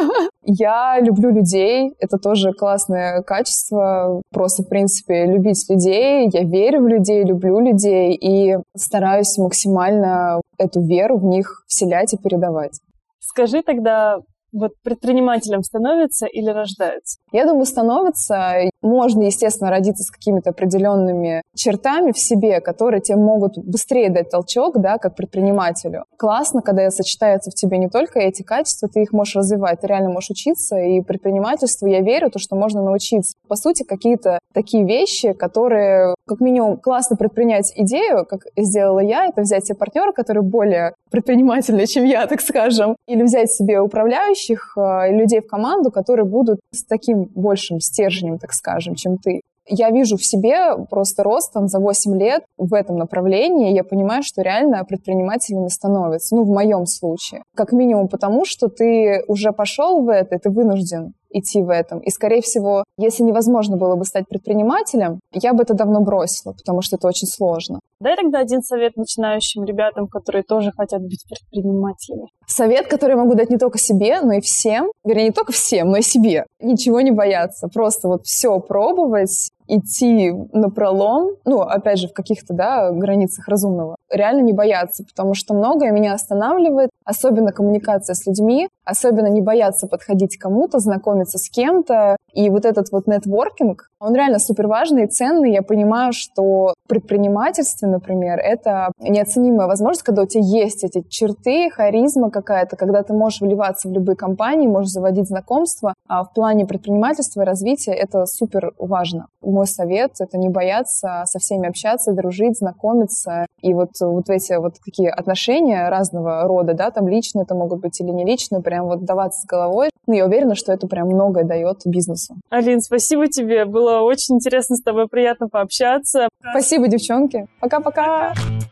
Я люблю людей, это тоже классное качество. Просто, в принципе, любить людей. Я верю в людей, люблю людей и стараюсь максимально эту веру в них вселять и передавать. Скажи тогда, вот предпринимателем становятся или рождаются? Я думаю, становятся. Можно, естественно, родиться с какими-то определенными чертами в себе, которые тебе могут быстрее дать толчок, да, как предпринимателю. Классно, когда сочетаются в тебе не только эти качества, ты их можешь развивать, ты реально можешь учиться, и предпринимательству, я верю, то, что можно научиться. По сути, какие-то такие вещи, которые, как минимум, классно предпринять идею, как сделала я, это взять себе партнера, который более предпринимательный, чем я, так скажем, или взять себе управляющих людей в команду, которые будут с таким большим стержнем, так скажем, чем ты. Я вижу в себе просто рост за 8 лет в этом направлении, и я понимаю, что реально предпринимателями становятся, в моем случае. Как минимум потому, что ты уже пошел в это, и ты вынужден идти в этом. И, скорее всего, если невозможно было бы стать предпринимателем, я бы это давно бросила, потому что это очень сложно. Дай тогда один совет начинающим ребятам, которые тоже хотят быть предпринимателями. Совет, который я могу дать не только себе, но и всем. Вернее, не только всем, но и себе. Ничего не бояться. Просто все пробовать, идти напролом, опять же, в каких-то, границах разумного. Реально не бояться, потому что многое меня останавливает, особенно коммуникация с людьми, особенно не бояться подходить к кому-то, знакомиться с кем-то. И вот этот нетворкинг, он реально супер важный и ценный. Я понимаю, что в предпринимательстве, например, это неоценимая возможность, когда у тебя есть эти черты, харизма какая-то, когда ты можешь вливаться в любые компании, можешь заводить знакомства. А в плане предпринимательства и развития это супер важно. Мой совет — это не бояться со всеми общаться, дружить, знакомиться. И вот эти такие отношения разного рода, там личные это могут быть или не личные, прям даваться с головой. Я уверена, что это прям многое дает бизнесу. Алин, спасибо тебе. Было очень интересно с тобой, приятно пообщаться. Спасибо, девчонки. Пока-пока.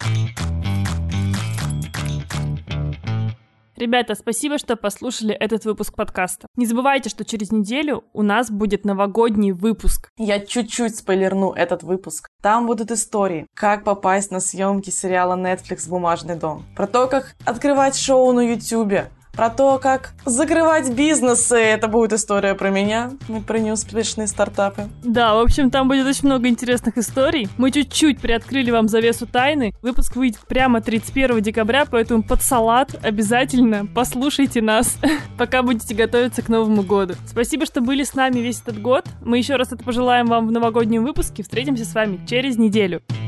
Ребята, спасибо, что послушали этот выпуск подкаста. Не забывайте, что через неделю у нас будет новогодний выпуск. Я чуть-чуть спойлерну этот выпуск. Там будут истории, как попасть на съемки сериала Netflix «Бумажный дом», про то, как открывать шоу на YouTube, про то, как закрывать бизнесы. Это будет история про меня и про неуспешные стартапы. Да, в общем, там будет очень много интересных историй. Мы чуть-чуть приоткрыли вам завесу тайны. Выпуск выйдет прямо 31 декабря, поэтому под салат обязательно послушайте нас, пока будете готовиться к Новому году. Спасибо, что были с нами весь этот год. Мы еще раз это пожелаем вам в новогоднем выпуске. Встретимся с вами через неделю.